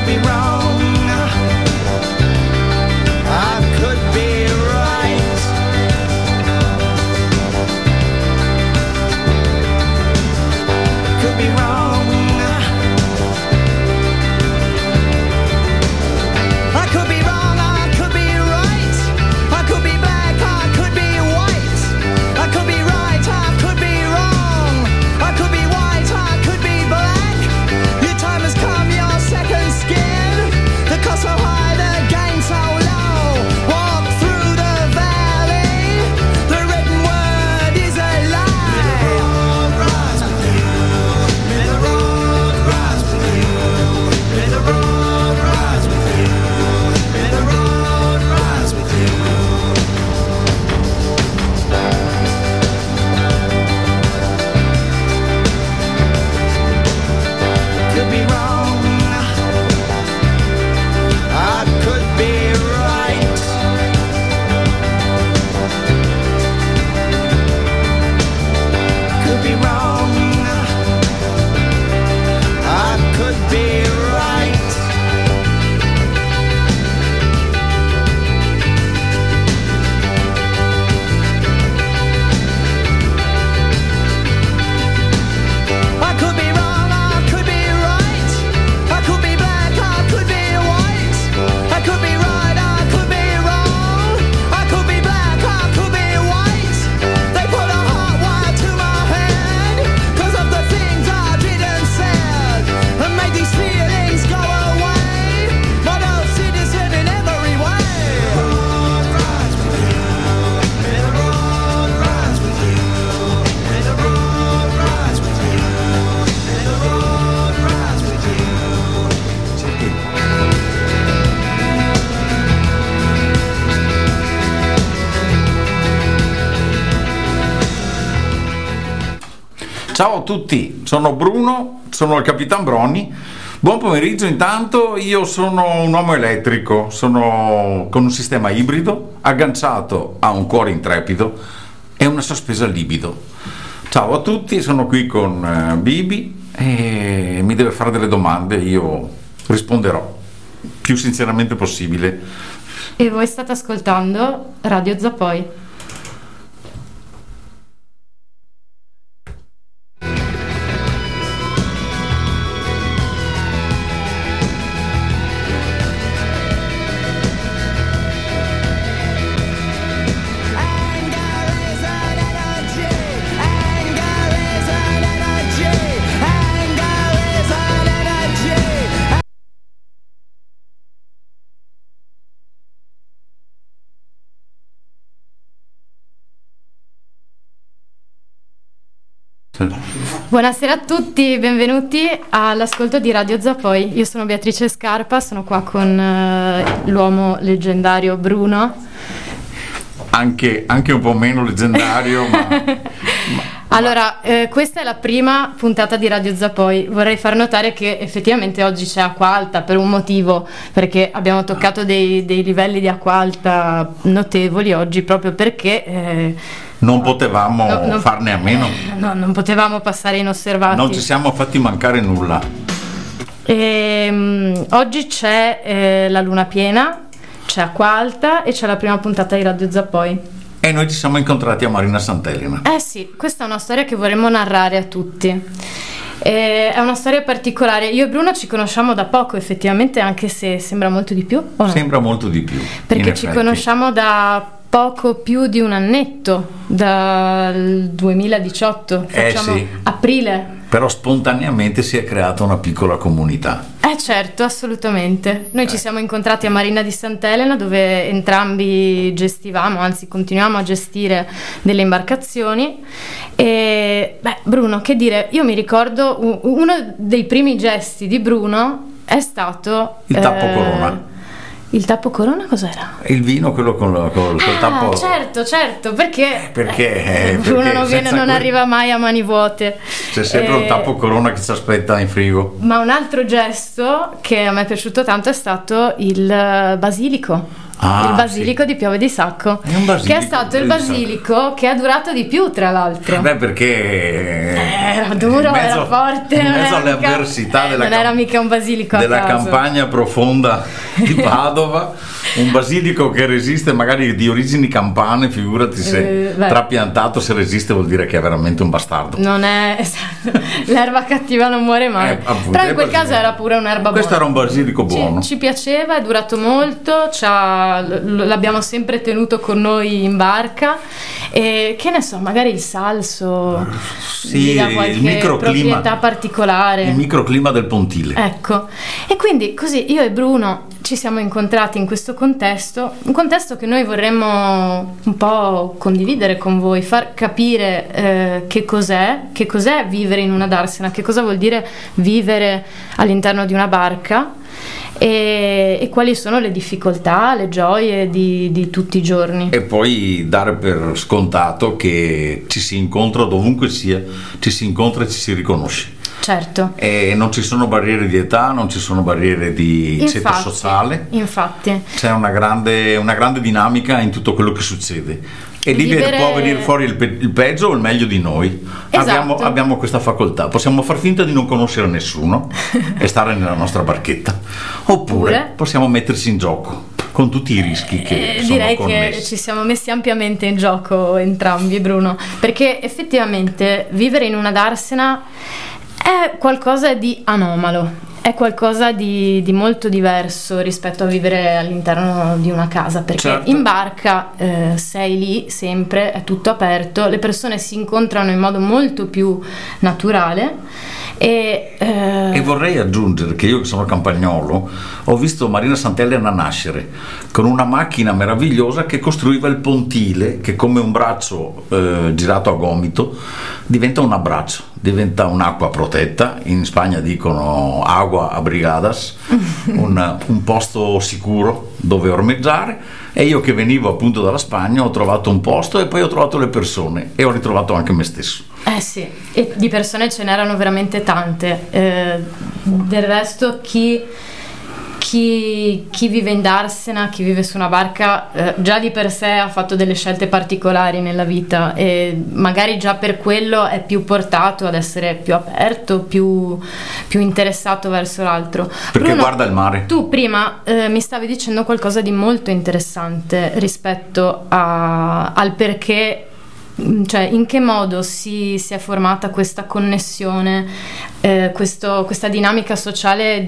be wrong, I could be right. Could be wrong, I could be wrong, I could be right. I could be black, I could be white. I could be right, I could be wrong. I could be white, I could be black. Your time has come, your second skin. The cost so high, the gain so low. Walk through the valley. The written word is a lie. May the road rise with you. May the road rise with you. May the road rise with you. May the road rise with you. Could be wrong, I could be right. Could be wrong, I could be right. I could be wrong, I could be right. I could be black, I could be white. I could be right, I could be wrong. I could be black, I could be white. They put a hot wire to my head 'cause of the things I didn't said, and made these feelings go away. Model citizen in every way. May the road rise with you. May the road rise with you. May the road rise with you. May the road rise with you. Ciao a tutti, sono Bruno, sono il Capitan Brony. Buon pomeriggio intanto, io sono un uomo elettrico, sono con un sistema ibrido, agganciato a un cuore intrepido e una sospesa libido. Ciao a tutti, sono qui con Bibi e mi deve fare delle domande, io risponderò più sinceramente possibile. E voi state ascoltando Radio Zappoi. Buonasera a tutti, benvenuti all'ascolto di Radio Zappoi. Io sono Beatrice Scarpa, sono qua con l'uomo leggendario Bruno. Anche un po' meno leggendario, Allora, questa è la prima puntata di Radio Zappoi. Vorrei far notare che effettivamente oggi c'è acqua alta per un motivo, perché abbiamo toccato dei livelli di acqua alta notevoli oggi, proprio perché non potevamo farne a meno. No, non potevamo passare inosservati. Non ci siamo fatti mancare nulla. Oggi c'è la luna piena, c'è acqua alta e c'è la prima puntata di Radio Zappoi. E noi ci siamo incontrati a Marina Sant'Elena. Sì, questa è una storia che vorremmo narrare a tutti. È una storia particolare. Io e Bruno ci conosciamo da poco, effettivamente, anche se sembra molto di più, o no? Sembra molto di più. Perché ci conosciamo da poco più di un annetto, dal 2018, facciamo sì. Aprile. Però spontaneamente si è creata una piccola comunità. Certo, assolutamente. Noi ci siamo incontrati a Marina di Sant'Elena, dove entrambi gestivamo, anzi continuiamo a gestire delle imbarcazioni. E Bruno, che dire, io mi ricordo uno dei primi gesti di Bruno è stato il tappo Corona. Il tappo Corona cos'era? Il vino, quello col tappo. Certo, perché Bruno non arriva mai a mani vuote. C'è sempre un tappo Corona che ci aspetta in frigo. Ma un altro gesto che a me è piaciuto tanto è stato il basilico. Il basilico di Piove di Sacco, È un basilico, che è stato il basilico che ha durato di più, tra l'altro. Beh, perché Era duro, era forte, in mezzo alle mica- avversità non era mica un basilico a della caso. campagna profonda di Padova, un basilico che resiste, magari di origini campane, figurati se beh. trapiantato, se resiste vuol dire che è veramente un bastardo. Non è esatto. L'erba cattiva non muore mai. Appunto, Però è in quel basilico. caso era pure un'erba Questo buona. era un basilico buono. Ci piaceva, è durato molto, l'abbiamo sempre tenuto con noi in barca e che ne so, magari il salso Sì, gli dà il qualche microclima, proprietà particolare. il microclima del pontile. Ecco, e quindi così io e Bruno ci siamo incontrati in questo contesto, un contesto che noi vorremmo un po' condividere con voi, far capire che cos'è vivere in una darsena, che cosa vuol dire vivere all'interno di una barca e quali sono le difficoltà, le gioie di tutti i giorni. E poi dare per scontato che ci si incontra dovunque sia, ci si incontra e ci si riconosce. Certo. E non ci sono barriere di età, non ci sono barriere di ceto sociale. Infatti. C'è una grande dinamica in tutto quello che succede. E lì Vivere- può venire fuori il peggio o il meglio di noi. Esatto. Abbiamo questa facoltà. Possiamo far finta di non conoscere nessuno e stare nella nostra barchetta. Oppure possiamo metterci in gioco con tutti i rischi che sono direi connessi. che ci siamo messi ampiamente in gioco entrambi, Bruno, perché effettivamente vivere in una darsena è qualcosa di anomalo, è qualcosa di molto diverso rispetto a vivere all'interno di una casa, perché Certo. in barca sei lì sempre, è tutto aperto, le persone si incontrano in modo molto più naturale E vorrei aggiungere che io, che sono campagnolo, ho visto Marina Sant'Elena nascere con una macchina meravigliosa che costruiva il pontile, che come un braccio girato a gomito diventa un abbraccio, diventa un'acqua protetta. In Spagna dicono agua abrigadas, un posto sicuro dove ormeggiare. E io, che venivo appunto dalla Spagna, ho trovato un posto e poi ho trovato le persone e ho ritrovato anche me stesso. Sì, e di persone ce n'erano veramente tante. Del resto chi vive in darsena, chi vive su una barca, già di per sé ha fatto delle scelte particolari nella vita e magari già per quello è più portato ad essere più aperto, più interessato verso l'altro. Perché Bruno, guarda il mare. tu prima mi stavi dicendo qualcosa di molto interessante rispetto al perché, cioè in che modo si è formata questa connessione, questa dinamica sociale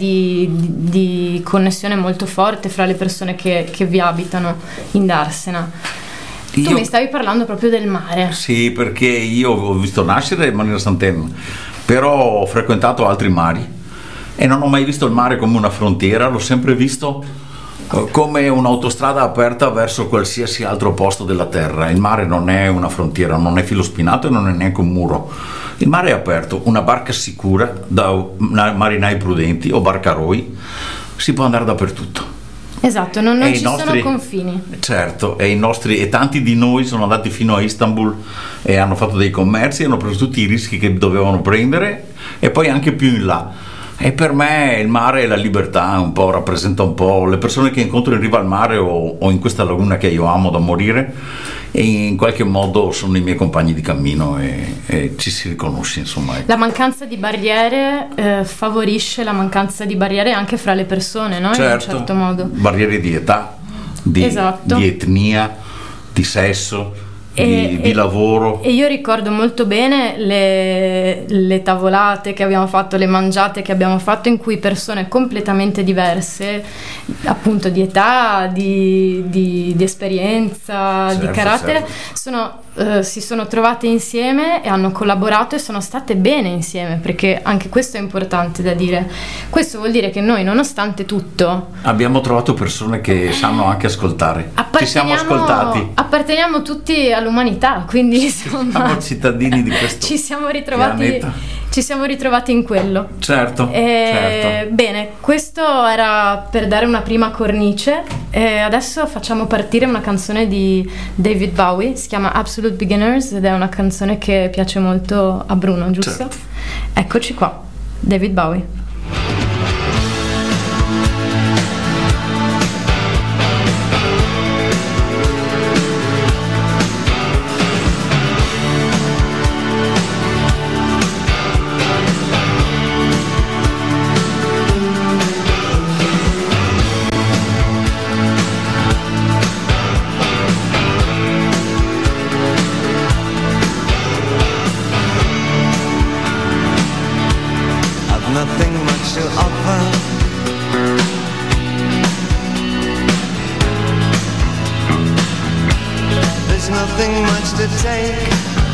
di connessione molto forte fra le persone che vi abitano in darsena. Tu mi stavi parlando proprio del mare. Sì, perché io ho visto nascere Marina Sant'Elena, però ho frequentato altri mari e non ho mai visto il mare come una frontiera, l'ho sempre visto come un'autostrada aperta verso qualsiasi altro posto della terra. Il mare non è una frontiera, non è filo spinato e non è neanche un muro. Il mare è aperto, una barca sicura da marinai prudenti o barcaroi, si può andare dappertutto. Esatto, non ci sono confini. Certo, e tanti di noi sono andati fino a Istanbul e hanno fatto dei commerci, hanno preso tutti i rischi che dovevano prendere e poi anche più in là. E per me il mare è la libertà, un po' rappresenta un po' le persone che incontro in riva al mare o in questa laguna che io amo da morire, e in qualche modo sono i miei compagni di cammino e ci si riconosce, insomma. La mancanza di barriere favorisce la mancanza di barriere anche fra le persone, no? Certo, in un certo modo. Barriere di età, di etnia, di sesso, di lavoro. E io ricordo molto bene le tavolate che abbiamo fatto, le mangiate che abbiamo fatto, in cui persone completamente diverse, appunto di età, di esperienza, certo, di carattere, certo. Si sono trovate insieme e hanno collaborato e sono state bene insieme, perché anche questo è importante da dire. Questo vuol dire che noi, nonostante tutto, abbiamo trovato persone che sanno anche ascoltare. Ci siamo ascoltati. Apparteniamo tutti all'umanità, quindi insomma siamo cittadini di questo ci siamo ritrovati pianeta. ci siamo ritrovati in quello. Certo. Bene, questo era per dare una prima cornice. Adesso facciamo partire una canzone di David Bowie, si chiama Absolute Beginners ed è una canzone che piace molto a Bruno, giusto? Certo. Eccoci qua, David Bowie. Nothing much to offer. There's nothing much to take.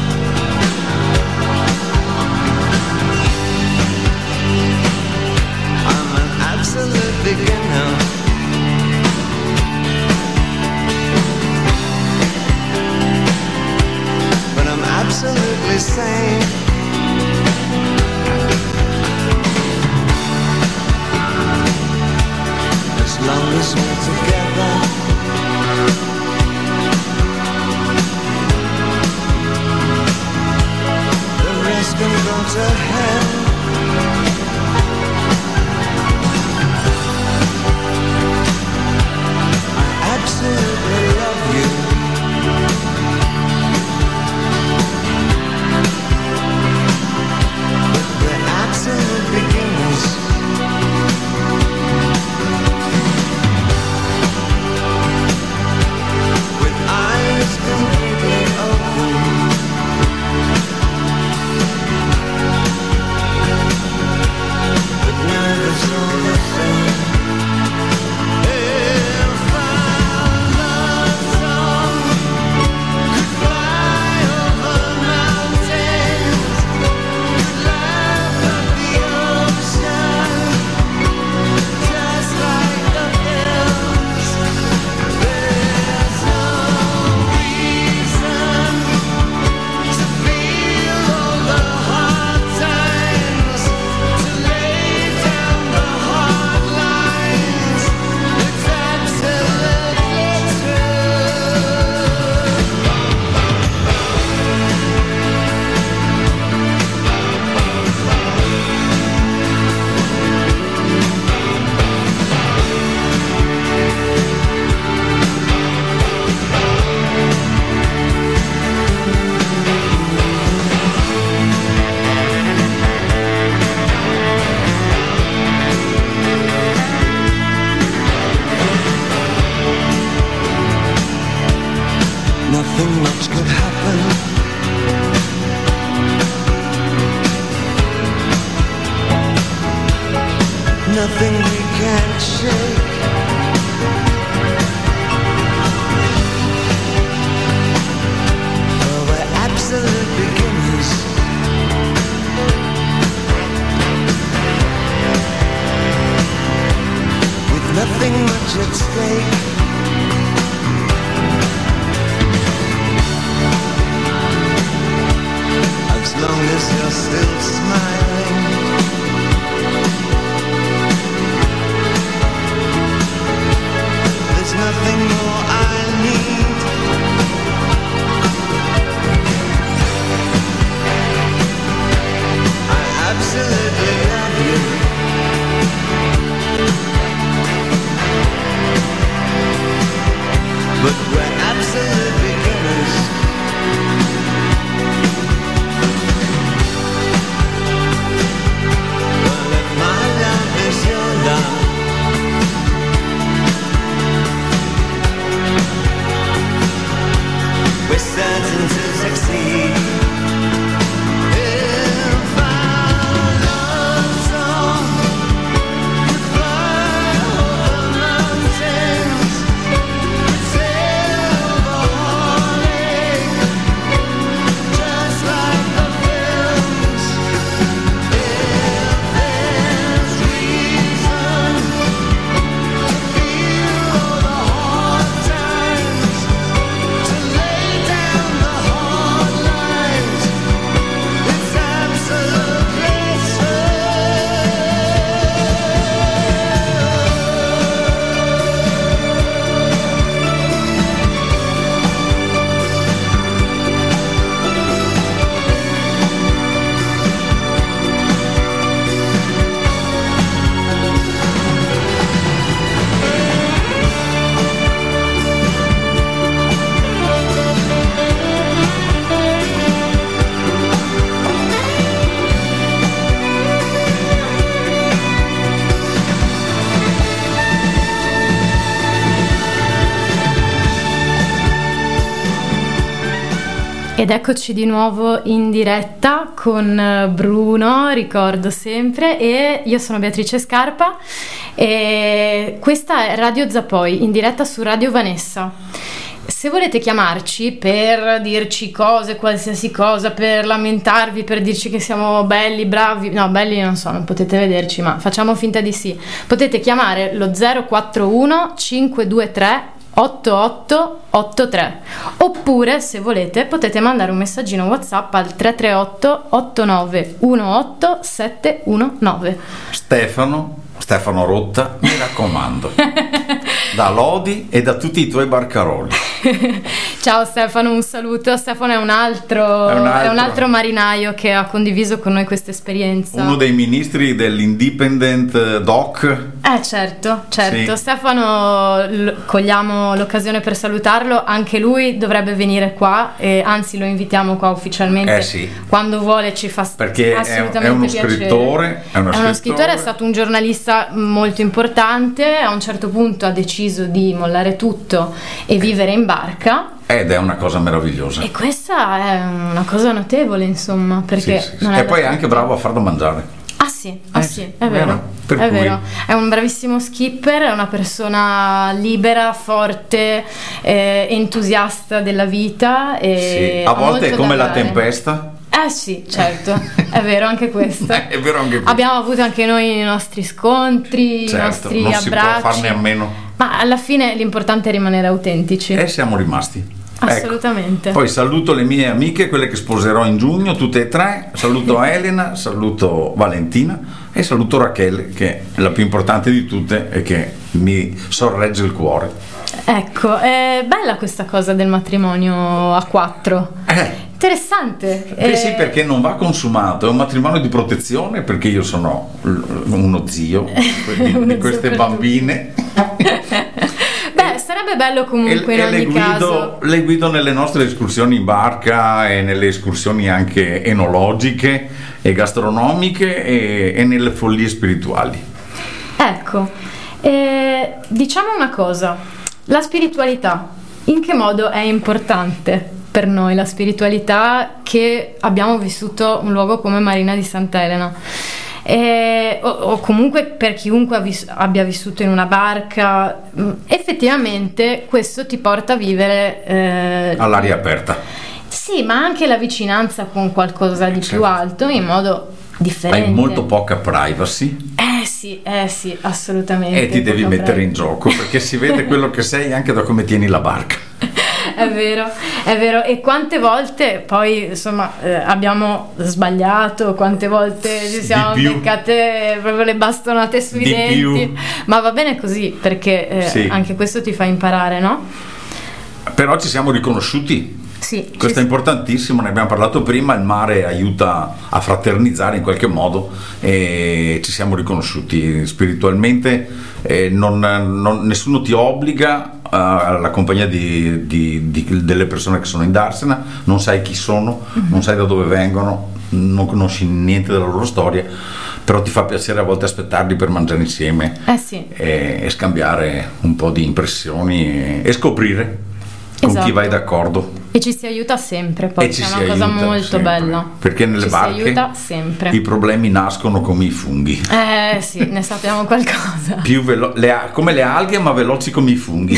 I'm an absolute beginner. But I'm absolutely sane. As long as we're together, the rest can go to hell. I absolutely love you. But we're absolute beginners. Completely open, but nervous all the same. If our love song could fly over mountains, could laugh at the ocean, just like the hills, there's no nothing much could happen. Nothing we can't shake. Oh, we're absolute beginners. With nothing much at stake. As long as you're still smiling, there's nothing more I need. I absolutely love you. But we're absolute beginners. We're certain to succeed. If our love song Ed eccoci di nuovo in diretta con Bruno, ricordo sempre, e io sono Beatrice Scarpa e questa è Radio Zappoi, in diretta su Radio Vanessa. Se volete chiamarci per dirci cose, qualsiasi cosa, per lamentarvi, per dirci che siamo belli, bravi, no, belli non so, non potete vederci, ma facciamo finta di sì. Potete chiamare lo 041 523 8883, oppure se volete potete mandare un messaggino WhatsApp al 338 8918 719. Stefano Rotta, mi raccomando, da Lodi e da tutti i tuoi barcaroli. Ciao Stefano, un saluto. Stefano è un altro marinaio che ha condiviso con noi questa esperienza. Uno dei ministri dell'Independent Doc. Certo. Sì. Stefano, cogliamo l'occasione per salutarlo. Anche lui dovrebbe venire qua, e anzi lo invitiamo qua ufficialmente. Sì. Quando vuole, ci fa perché assolutamente è uno piacere. scrittore. È uno scrittore, è stato un giornalista molto importante. A un certo punto ha deciso di mollare tutto e vivere in barca. Ed è una cosa meravigliosa. E questa è una cosa notevole, insomma, perché Sì. non è E poi è da anche tutti. bravo a far da mangiare. Sì, sì, è vero, per è cui- vero. È un bravissimo skipper, è una persona libera, forte, entusiasta della vita e Sì. A ha volte molto è come da la dare. tempesta. Sì, certo, è vero anche questo. È vero anche questo. Abbiamo avuto anche noi i nostri scontri, Certo, i nostri non si può abbracci. farne a meno. Ma alla fine l'importante è rimanere autentici. E siamo rimasti. Assolutamente. Ecco. Poi saluto le mie amiche, quelle che sposerò in giugno, tutte e tre. Saluto Elena, saluto Valentina e saluto Rachele, che è la più importante di tutte e che mi sorregge il cuore. Ecco, è bella questa cosa del matrimonio a quattro. Interessante. Sì, perché non va consumato, è un matrimonio di protezione, perché io sono uno zio Uno di zio queste per bambine. Beh, sarebbe bello comunque in ogni caso. Le guido nelle nostre escursioni in barca e nelle escursioni anche enologiche e gastronomiche e nelle follie spirituali. Ecco, diciamo una cosa, la spiritualità, in che modo è importante per noi la spiritualità che abbiamo vissuto un luogo come Marina di Sant'Elena? O comunque per chiunque abbia vissuto in una barca, effettivamente questo ti porta a vivere All'aria aperta. sì, ma anche la vicinanza con qualcosa di più Certo. alto in modo differente. Hai molto poca privacy sì, assolutamente. e ti devi poca mettere in brava. gioco, perché si vede quello che sei anche da come tieni la barca. È vero. E quante volte poi insomma abbiamo sbagliato, quante volte ci siamo Di più. beccate proprio le bastonate sui Di denti, più. ma va bene così, perché Sì. anche questo ti fa imparare, no? Però ci siamo riconosciuti. Sì, Questo è importantissimo, ne abbiamo parlato prima, il mare aiuta a fraternizzare in qualche modo e ci siamo riconosciuti spiritualmente, nessuno ti obbliga alla compagnia delle persone che sono in Darsena, non sai chi sono, non sai da dove vengono, non conosci niente della loro storia, però ti fa piacere a volte aspettarli per mangiare insieme sì. e scambiare un po' di impressioni e scoprire con chi Esatto. vai d'accordo. E ci si aiuta sempre, poi E ci è si una cosa aiuta molto sempre, bella. perché nelle ci barche si aiuta sempre. i problemi nascono come i funghi, Sì, ne sappiamo qualcosa. come le alghe, ma veloci come i funghi.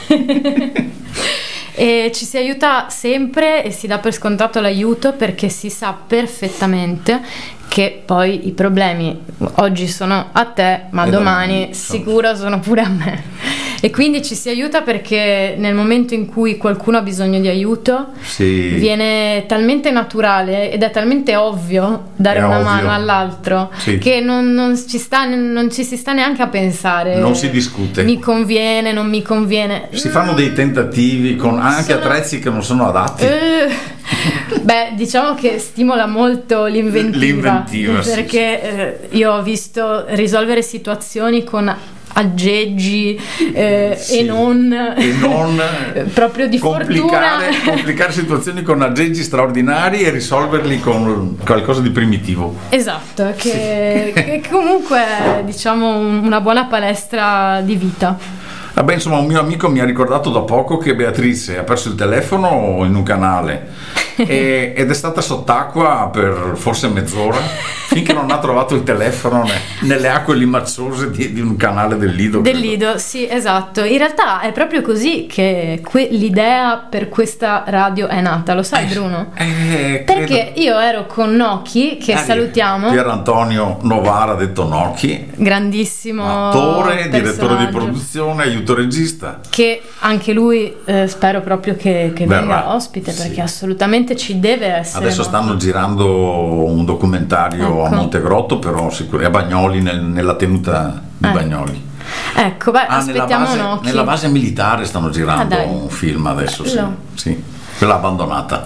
E ci si aiuta sempre e si dà per scontato l'aiuto, perché si sa perfettamente che poi i problemi oggi sono a te, ma E domani domani sicuro sono pure a me. E quindi ci si aiuta perché nel momento in cui qualcuno ha bisogno di aiuto Sì. viene talmente naturale ed è talmente ovvio dare È una ovvio. mano all'altro, Sì. che non ci si sta neanche a pensare. Non si discute. Mi conviene, non mi conviene. Si fanno dei tentativi con anche Sono- attrezzi che non sono adatti. Beh, diciamo che stimola molto l'inventiva, L'inventiva, sì, perché io ho visto risolvere situazioni con aggeggi Sì. e non proprio di complicare situazioni con aggeggi straordinari e risolverli con qualcosa di primitivo. Esatto, che comunque è, diciamo, una buona palestra di vita. Insomma, un mio amico mi ha ricordato da poco che Beatrice ha perso il telefono in un canale ed è stata sott'acqua per forse mezz'ora finché non ha trovato il telefono nelle acque limazzose di un canale del Lido. Del credo. Lido, sì, esatto. In realtà è proprio così che l'idea per questa radio è nata, lo sai Bruno? Perché io ero con Noki, che salutiamo, Pier Antonio Novara, detto Noki, grandissimo attore, direttore di personaggio, produzione, aiuto regista, che anche lui spero proprio che venga ospite, perché sì. assolutamente ci deve essere. Adesso stanno girando un documentario a Montegrotto, però a Bagnoli, nella tenuta di Bagnoli. Ecco, beh, aspettiamo Noki. Nella base militare stanno girando dai. un film adesso, sì, Bello. sì, quella abbandonata.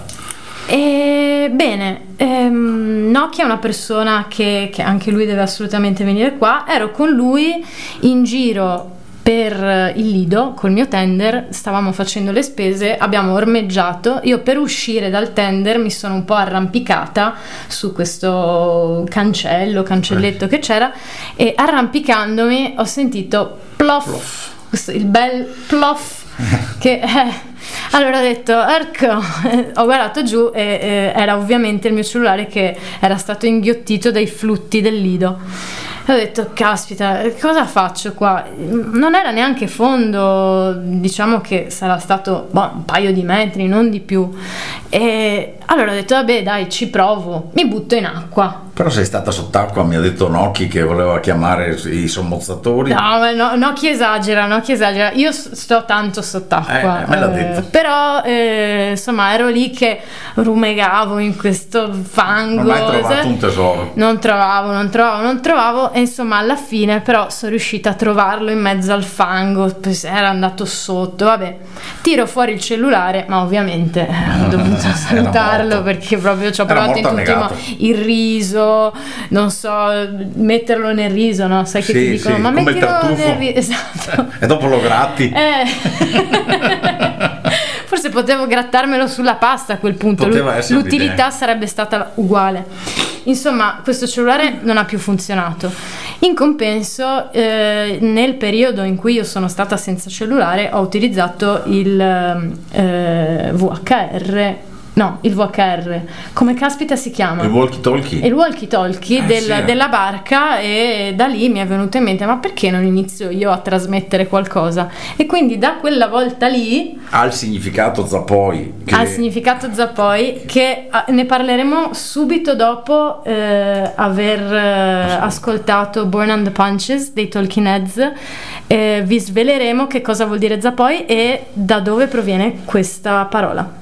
Bene, Noki è una persona che anche lui deve assolutamente venire qua. Ero con lui in giro per il Lido col mio tender, stavamo facendo le spese, abbiamo ormeggiato. Io per uscire dal tender mi sono un po' arrampicata su questo cancelletto che c'era, e arrampicandomi ho sentito plof. Il bel plof che allora ho detto ecco, ho guardato giù e era ovviamente il mio cellulare che era stato inghiottito dai flutti del Lido. Ho detto caspita, cosa faccio qua? Non era neanche fondo, diciamo che sarà stato un paio di metri, non di più. E allora ho detto vabbè dai, ci provo, mi butto in acqua. Però sei stata sott'acqua, mi ha detto Noki che voleva chiamare i sommozzatori. Noki esagera. Io sto tanto sott'acqua. Me l'ha detto. Però insomma ero lì che rumegavo in questo fango. Non hai trovato un tesoro. Non trovavo, e insomma alla fine però sono riuscita a trovarlo in mezzo al fango, era andato sotto. Vabbè, tiro fuori il cellulare, ma ovviamente ho dovuto salutarlo perché proprio ci ho provato in tutti i modi. Il riso, non so, metterlo nel riso, no? Sai che ti dicono, sì, ma come mettilo il nel riso. Esatto. E dopo lo gratti. Forse potevo grattarmelo sulla pasta a quel punto. L'utilità sarebbe stata uguale. Insomma, questo cellulare non ha più funzionato. In compenso, nel periodo in cui io sono stata senza cellulare, ho utilizzato il VHR. No, il VHR, come caspita si chiama? Il walkie-talkie. Il walkie-talkie della barca, e da lì mi è venuto in mente, ma perché non inizio io a trasmettere qualcosa? E quindi da quella volta lì ha il significato Zappoi. Che ne parleremo subito dopo aver ascoltato Born on the Punches dei Talking Heads. Vi sveleremo che cosa vuol dire Zappoi e da dove proviene questa parola.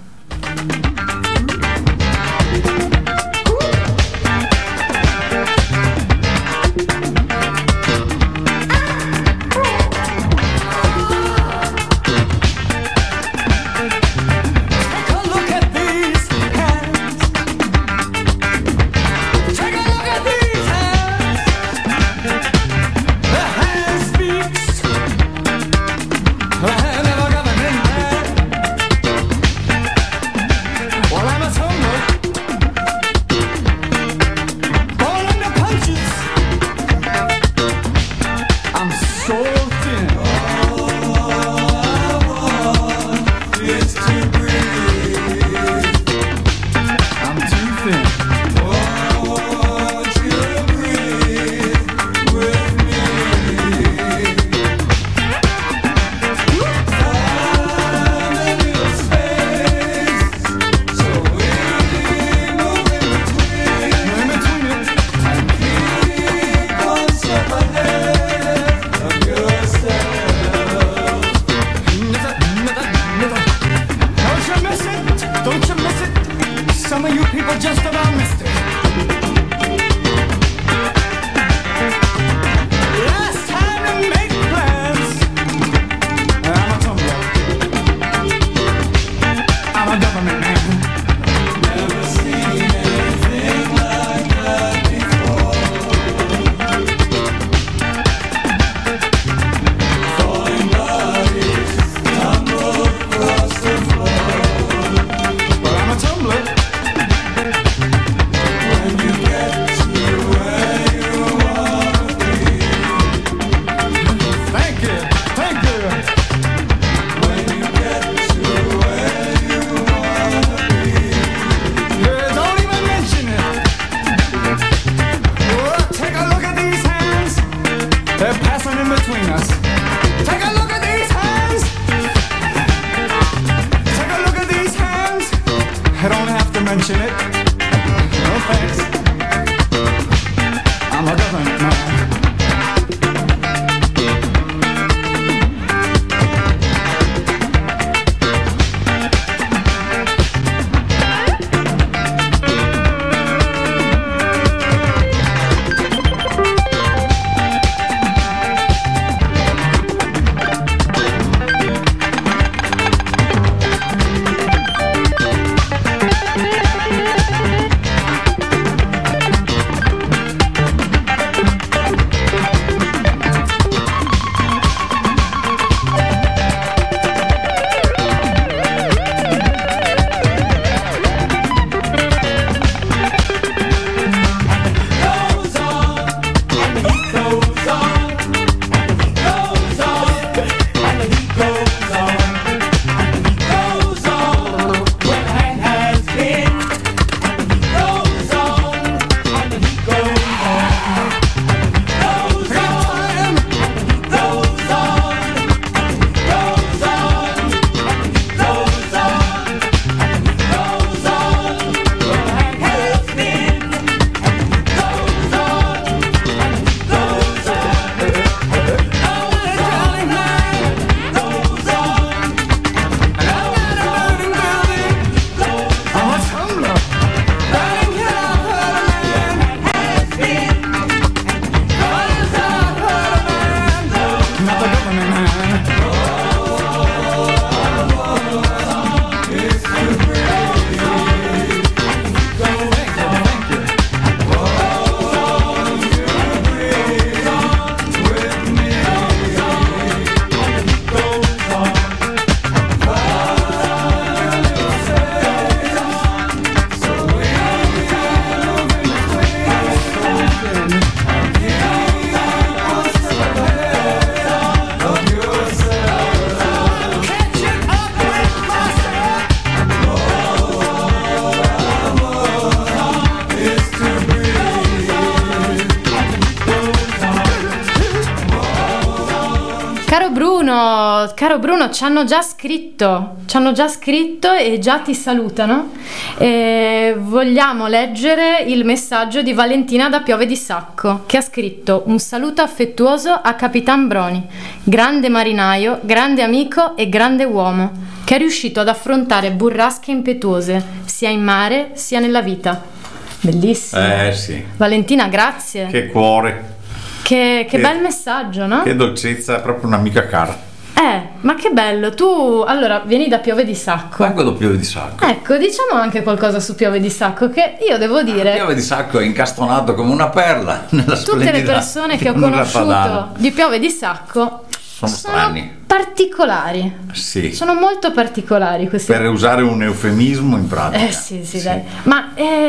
Caro Bruno, ci hanno già scritto e già ti salutano. Vogliamo leggere il messaggio di Valentina da Piove di Sacco, che ha scritto: un saluto affettuoso a Capitan Broni, grande marinaio, grande amico e grande uomo, che è riuscito ad affrontare burrasche impetuose, sia in mare sia nella vita. Bellissimo. Sì. Valentina, grazie. Che cuore. Che bel messaggio, no? Che dolcezza, è proprio un'amica cara. Ma che bello. Tu allora vieni da Piove di Sacco. Vengo da Piove di Sacco. Ecco, diciamo anche qualcosa su Piove di Sacco, che io devo dire, Piove di Sacco è incastonato come una perla nella tutte le persone che ho pianura conosciuto padana. di Piove di Sacco Sono strani. particolari. Sì. Sono molto particolari questi. Per usare un eufemismo in pratica. Sì, dai. Ma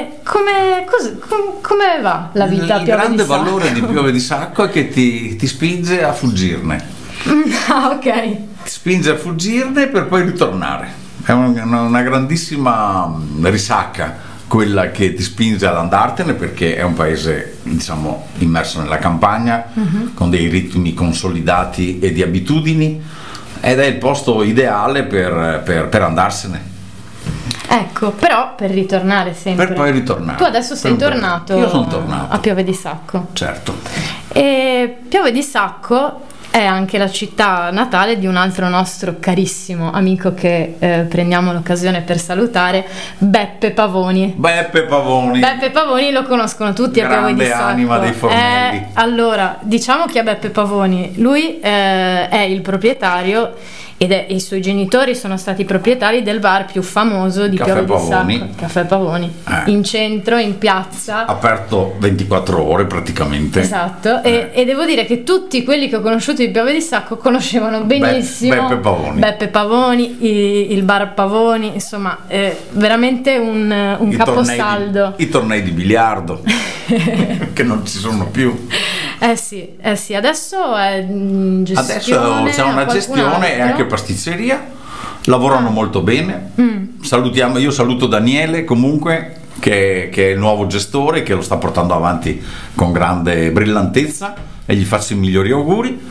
come va la vita a Il Piove grande di Sacco? valore di Piove di Sacco è che ti spinge a fuggirne. Ah, ok. Ti spinge a fuggirne per poi ritornare. È una grandissima risacca quella che ti spinge ad andartene, perché è un paese, diciamo, immerso nella campagna, con dei ritmi consolidati e di abitudini, ed è il posto ideale per andarsene. Ecco, però per ritornare sempre. Per poi ritornare. Tu adesso sei tornato. Io sono tornato. A Piove di Sacco. Certo. E Piove di Sacco è anche la città natale di un altro nostro carissimo amico che prendiamo l'occasione per salutare, Beppe Pavoni. Beppe Pavoni Lo conoscono tutti a Piove di grande Sacco. anima dei fornelli. Allora, diciamo chi è Beppe Pavoni. Lui è il proprietario e i suoi genitori sono stati proprietari del bar più famoso di Caffè Piove Pavoni. di Sacco, Caffè Pavoni, in centro, in piazza. Aperto 24 ore praticamente. Esatto, e devo dire che tutti quelli che ho conosciuto di Piove di Sacco conoscevano benissimo Beppe Pavoni. il bar Pavoni, insomma, veramente un caposaldo. I tornei di biliardo che non ci sono più. Sì, adesso è in gestione. Adesso c'è una a qualcun gestione e altro. anche pasticceria. Lavorano molto bene. Io saluto Daniele comunque, che è il nuovo gestore, che lo sta portando avanti con grande brillantezza, e gli faccio i migliori auguri.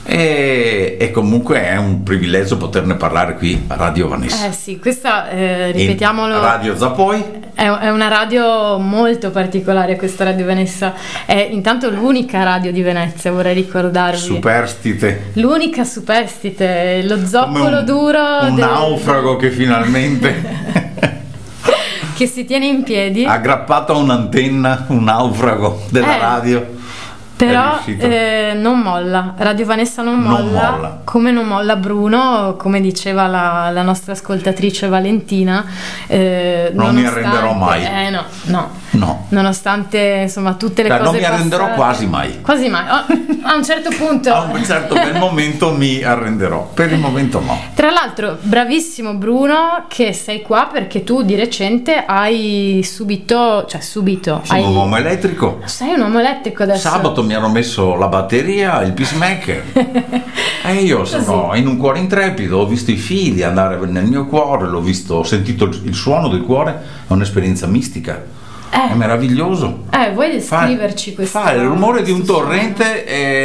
E comunque è un privilegio poterne parlare qui a Radio Vanessa. Sì, questa ripetiamolo, Radio Zapoi è una radio molto particolare, questa Radio Vanessa è intanto l'unica radio di Venezia, vorrei ricordarvi. superstite, L'unica superstite, lo zoccolo come duro un naufrago che finalmente che si tiene in piedi. aggrappato a un'antenna, un naufrago della radio. Però è riuscito. non molla, Radio Vanessa non molla, come non molla Bruno, come diceva la nostra ascoltatrice Valentina. Non mi arrenderò mai. No. Nonostante insomma tutte le cose non mi arrenderò passate. quasi mai. Quasi mai. A un certo punto. A un certo bel momento mi arrenderò, per il momento no. Tra l'altro, bravissimo Bruno che sei qua perché tu di recente hai subito. Sono un uomo elettrico. Sei un uomo elettrico adesso. Sabato mi hanno messo la batteria, il pacemaker e io sono in un cuore intrepido, ho visto i fili andare nel mio cuore, ho sentito il suono del cuore, è un'esperienza mistica, è meraviglioso. Vuoi descriverci questo? Fa il rumore di un torrente,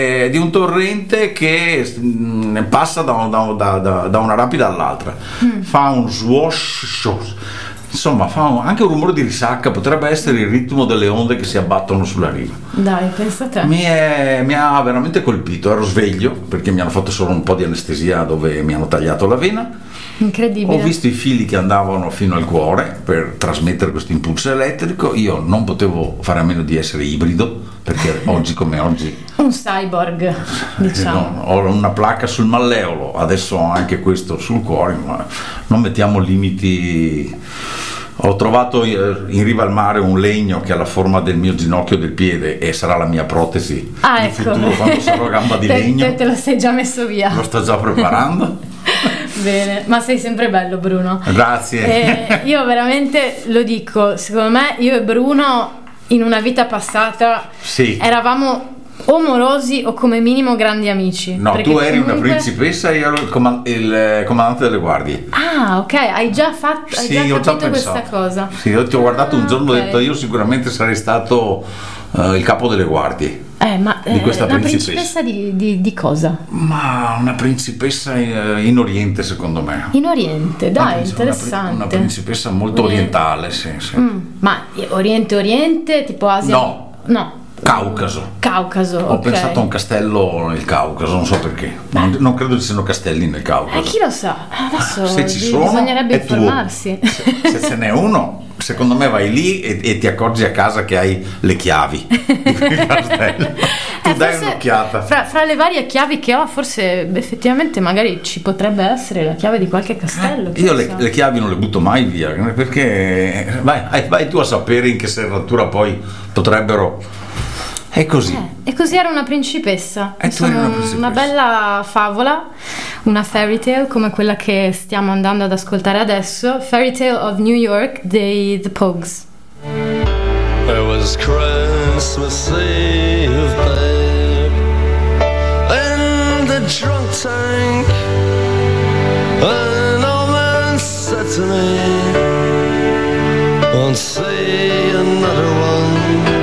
che passa da una rapida all'altra, fa un swash. Insomma, fa anche un rumore di risacca, potrebbe essere il ritmo delle onde che si abbattono sulla riva. Dai, pensa a te. Mi ha veramente colpito, ero sveglio perché mi hanno fatto solo un po' di anestesia dove mi hanno tagliato la vena. Incredibile. Ho visto i fili che andavano fino al cuore per trasmettere questo impulso elettrico. Io non potevo fare a meno di essere ibrido, perché oggi come oggi un cyborg, diciamo. ho una placca sul malleolo, adesso ho anche questo sul cuore, ma non mettiamo limiti. Ho trovato in riva al mare un legno che ha la forma del mio ginocchio del piede e sarà la mia protesi di futuro quando sarò gamba di legno. Te lo sei già messo via. Lo sto già preparando. Bene, ma sei sempre bello Bruno. Grazie. Io veramente lo dico, secondo me io e Bruno in una vita passata eravamo o morosi o come minimo grandi amici. No, tu eri una principessa e io ero il comandante delle guardie. Ah, ok, hai già capito questa cosa. Sì, io ti ho guardato un giorno e ho detto io sicuramente sarei stato il capo delle guardie. Ma Di questa una principessa. di cosa? Ma una principessa in Oriente, secondo me. In Oriente, dai, interessante. Una principessa molto orientale, sì. Ma Oriente, tipo Asia? No. Caucaso. Caucaso, Ho ok. pensato a un castello nel Caucaso, non so perché. Non credo ci siano castelli nel Caucaso. Chi lo sa? Adesso Se ci sono, bisognerebbe è tuo. informarsi. Se ce n'è uno, secondo me vai lì e ti accorgi a casa che hai le chiavi di quel castello. Tu dai Forse un'occhiata. Fra le varie chiavi che ho, forse effettivamente magari ci potrebbe essere la chiave di qualche castello. chi Io lo sa. le chiavi non le butto mai via, perché vai tu a sapere in che serratura poi potrebbero. È così. E così era una principessa. E tu eri una principessa. Una bella favola, una fairy tale come quella che stiamo andando ad ascoltare adesso, Fairy Tale of New York dei The Pogues. It was Christmas Eve, babe, in the drunk tank. An old man said to me, won't see another one.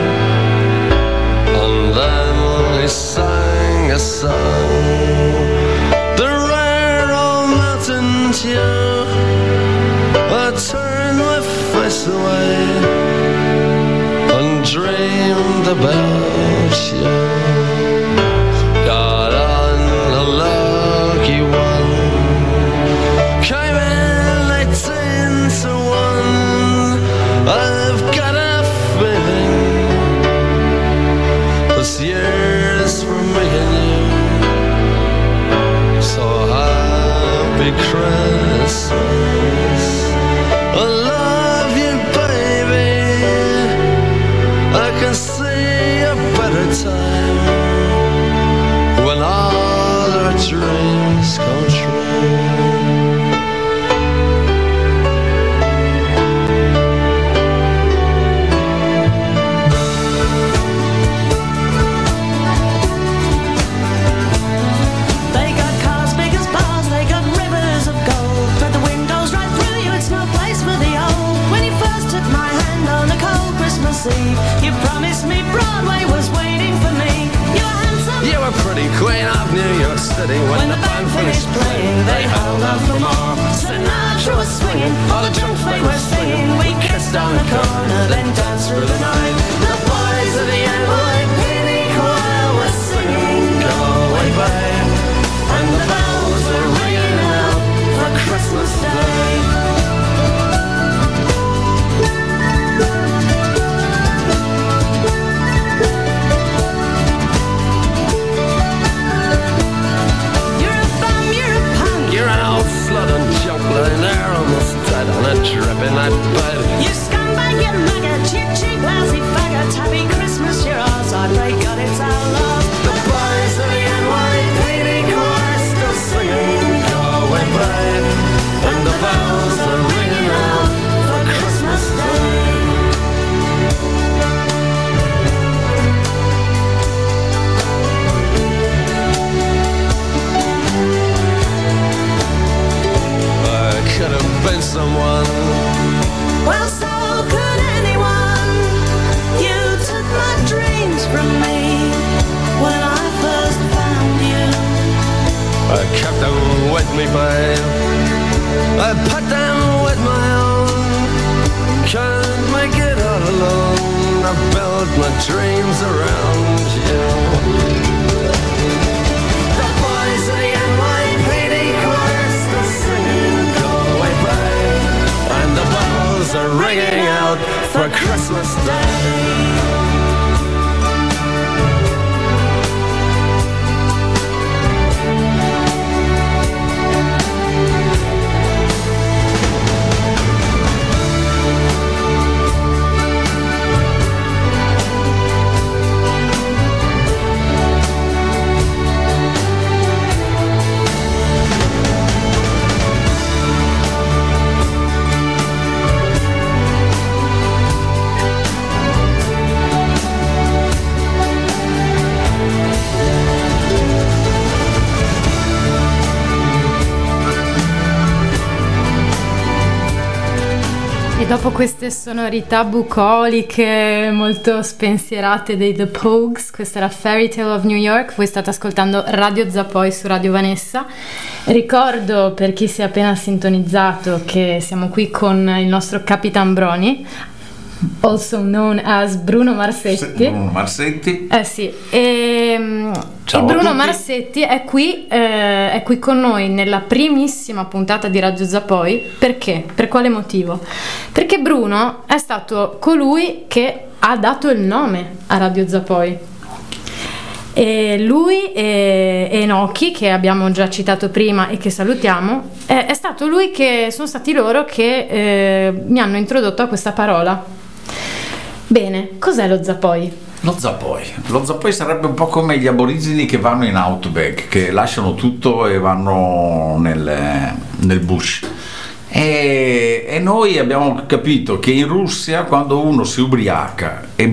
And then he sang a song, the rare old mountain tune. I turned my face away and dreamed about you. Got on a lucky one, came in 18 to 1. I've got a feeling this year's for me and you. So happy Christmas, I love you, baby. I can see a better time when all our dreams come true. They got cars big as bars, they got rivers of gold. Thread the windows right through you, it's no place for the old. When you first took my hand on a cold Christmas Eve, you promised me Broadway was waiting for me. You were handsome, You were pretty queen of New York City. when the band finished playing, they held out for more. Sinatra was swinging, all the junk they were singing. We kissed on the corner, then danced through the night. The boys of the NYPD choir were singing, "Go away, babe," and the bells were ringing out for Christmas Day. You're a bum, you're a punk. You're an old slut and junk lying there almost dead on a drip in that bed. You scumbag, you maggot, you cheap, lousy faggot. Happy Christmas, you're ours. I pray God it's our love. The boys of the NYPD choir still singing, "Go away, babe," and the bells are ringing out for Christmas Day. I could have been someone. Well, so could anyone. You took my dreams from me when I first found you. I kept them with me, babe. I put them with my own. Can't make it all alone. I built my dreams around you. The boys of the NYPD choir still singing, "Go away, babe," And the bells are ringing out for Christmas Day. Dopo queste sonorità bucoliche molto spensierate dei The Pogues, questa era Fairy Tale of New York, voi state ascoltando Radio Zapoi su Radio Vanessa. Ricordo per chi si è appena sintonizzato che siamo qui con il nostro Capitan Brony, also known as Bruno Marsetti. Bruno Marsetti. Sì, e Bruno Marsetti è qui con noi nella primissima puntata di Radio Zapoi. Perché? Per quale motivo? Perché Bruno è stato colui che ha dato il nome a Radio Zapoi. E lui e Enoki, che abbiamo già citato prima e che salutiamo, è stato lui che sono stati loro che mi hanno introdotto a questa parola. Bene, cos'è lo Zapoi? Lo Zapoi sarebbe un po' come gli aborigeni che vanno in outback, che lasciano tutto e vanno nel bush. E noi abbiamo capito che in Russia, quando uno si ubriaca e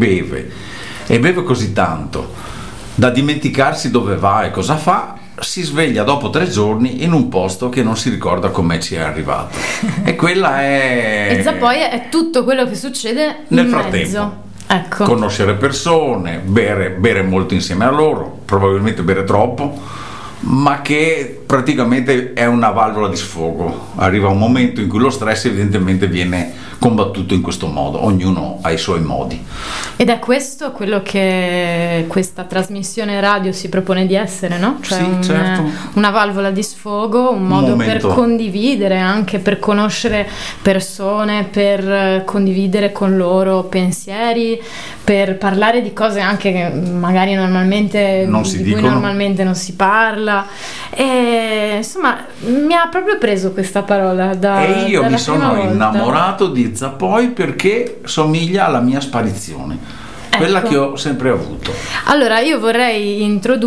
beve così tanto da dimenticarsi dove va e cosa fa, si sveglia dopo 3 giorni in un posto che non si ricorda come ci è arrivato. E quella è... E Zapoi è tutto quello che succede nel in frattempo. mezzo. Ecco. Conoscere persone, bere molto insieme a loro, probabilmente bere troppo, ma che praticamente è una valvola di sfogo. Arriva un momento in cui lo stress evidentemente viene combattuto in questo modo, ognuno ha i suoi modi. Ed è questo quello che questa trasmissione radio si propone di essere, no? Cioè sì, certo. Una valvola di sfogo, un modo per condividere, anche per conoscere persone, per condividere con loro pensieri, per parlare di cose anche che magari normalmente cui normalmente non si parla. E insomma mi ha proprio preso questa parola e io mi sono innamorato di Zapoi perché somiglia alla mia sparizione, quella che ho sempre avuto. Allora io vorrei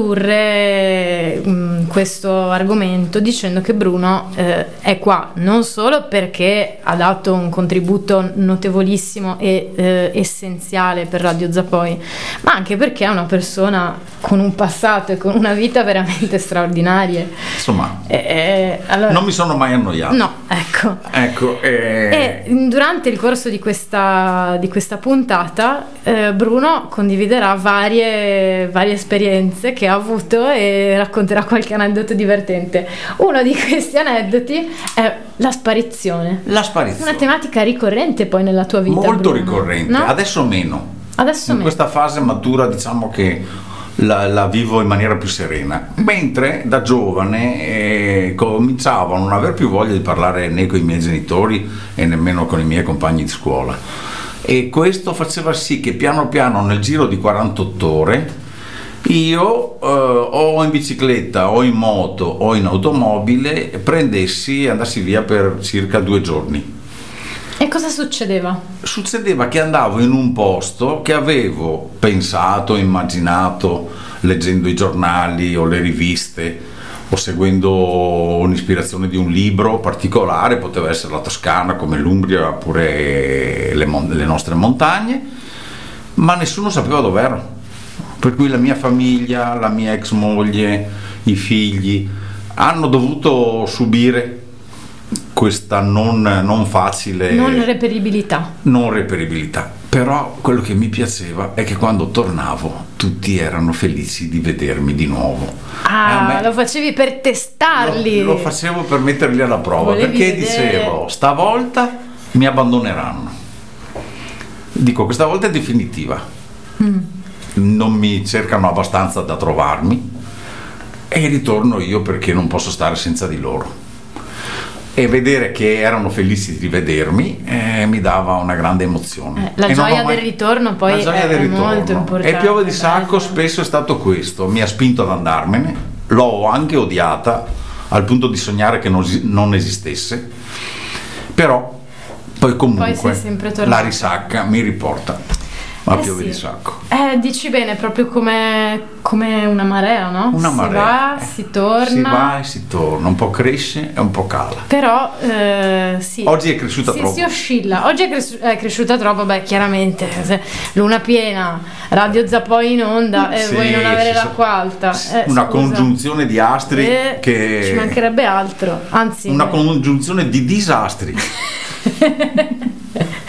introdurre questo argomento dicendo che Bruno è qua non solo perché ha dato un contributo notevolissimo e essenziale per Radio Zapoi, ma anche perché è una persona con un passato e con una vita veramente straordinarie. Insomma, allora, non mi sono mai annoiato. No, ecco. E durante il corso di questa puntata Bruno condividerà varie esperienze che ha avuto e racconterà qualche aneddoto divertente. Uno di questi aneddoti è la sparizione. Una tematica ricorrente poi nella tua vita. Molto Bruno, ricorrente, no? Adesso meno. In questa fase matura diciamo che la vivo in maniera più serena, mentre da giovane cominciavo a non aver più voglia di parlare né con i miei genitori e nemmeno con i miei compagni di scuola, e questo faceva sì che piano piano nel giro di 48 ore io o in bicicletta o in moto o in automobile prendessi e andassi via per circa 2 giorni. E cosa succedeva? Succedeva che andavo in un posto che avevo pensato, immaginato, leggendo i giornali o le riviste o seguendo un'ispirazione di un libro particolare, poteva essere la Toscana come l'Umbria oppure le nostre montagne, ma nessuno sapeva dov'ero. Per cui la mia famiglia, la mia ex moglie, i figli hanno dovuto subire questa non facile non reperibilità. Però quello che mi piaceva è che quando tornavo tutti erano felici di vedermi di nuovo. Lo facevi per testarli? Lo facevo per metterli alla prova. Volevi perché vedere. Dicevo stavolta mi abbandoneranno, dico questa volta è definitiva, non mi cercano abbastanza da trovarmi e ritorno io perché non posso stare senza di loro. E vedere che erano felici di rivedermi mi dava una grande emozione. La gioia del ritorno poi è molto importante. E Piove di Sacco spesso è stato questo, mi ha spinto ad andarmene, l'ho anche odiata al punto di sognare che non esistesse, però poi comunque la risacca mi riporta a Piove di Sacco. Dici bene, proprio come una marea, no? Una marea. Si torna. Si va e si torna, un po' cresce e un po' cala. Però sì. Oggi è cresciuta troppo. Si oscilla. Oggi è cresciuta troppo, chiaramente. Luna piena, Radio Zapoi in onda e vuoi non avere l'acqua alta. Una congiunzione di astri che... Ci mancherebbe altro. Anzi, una congiunzione di disastri.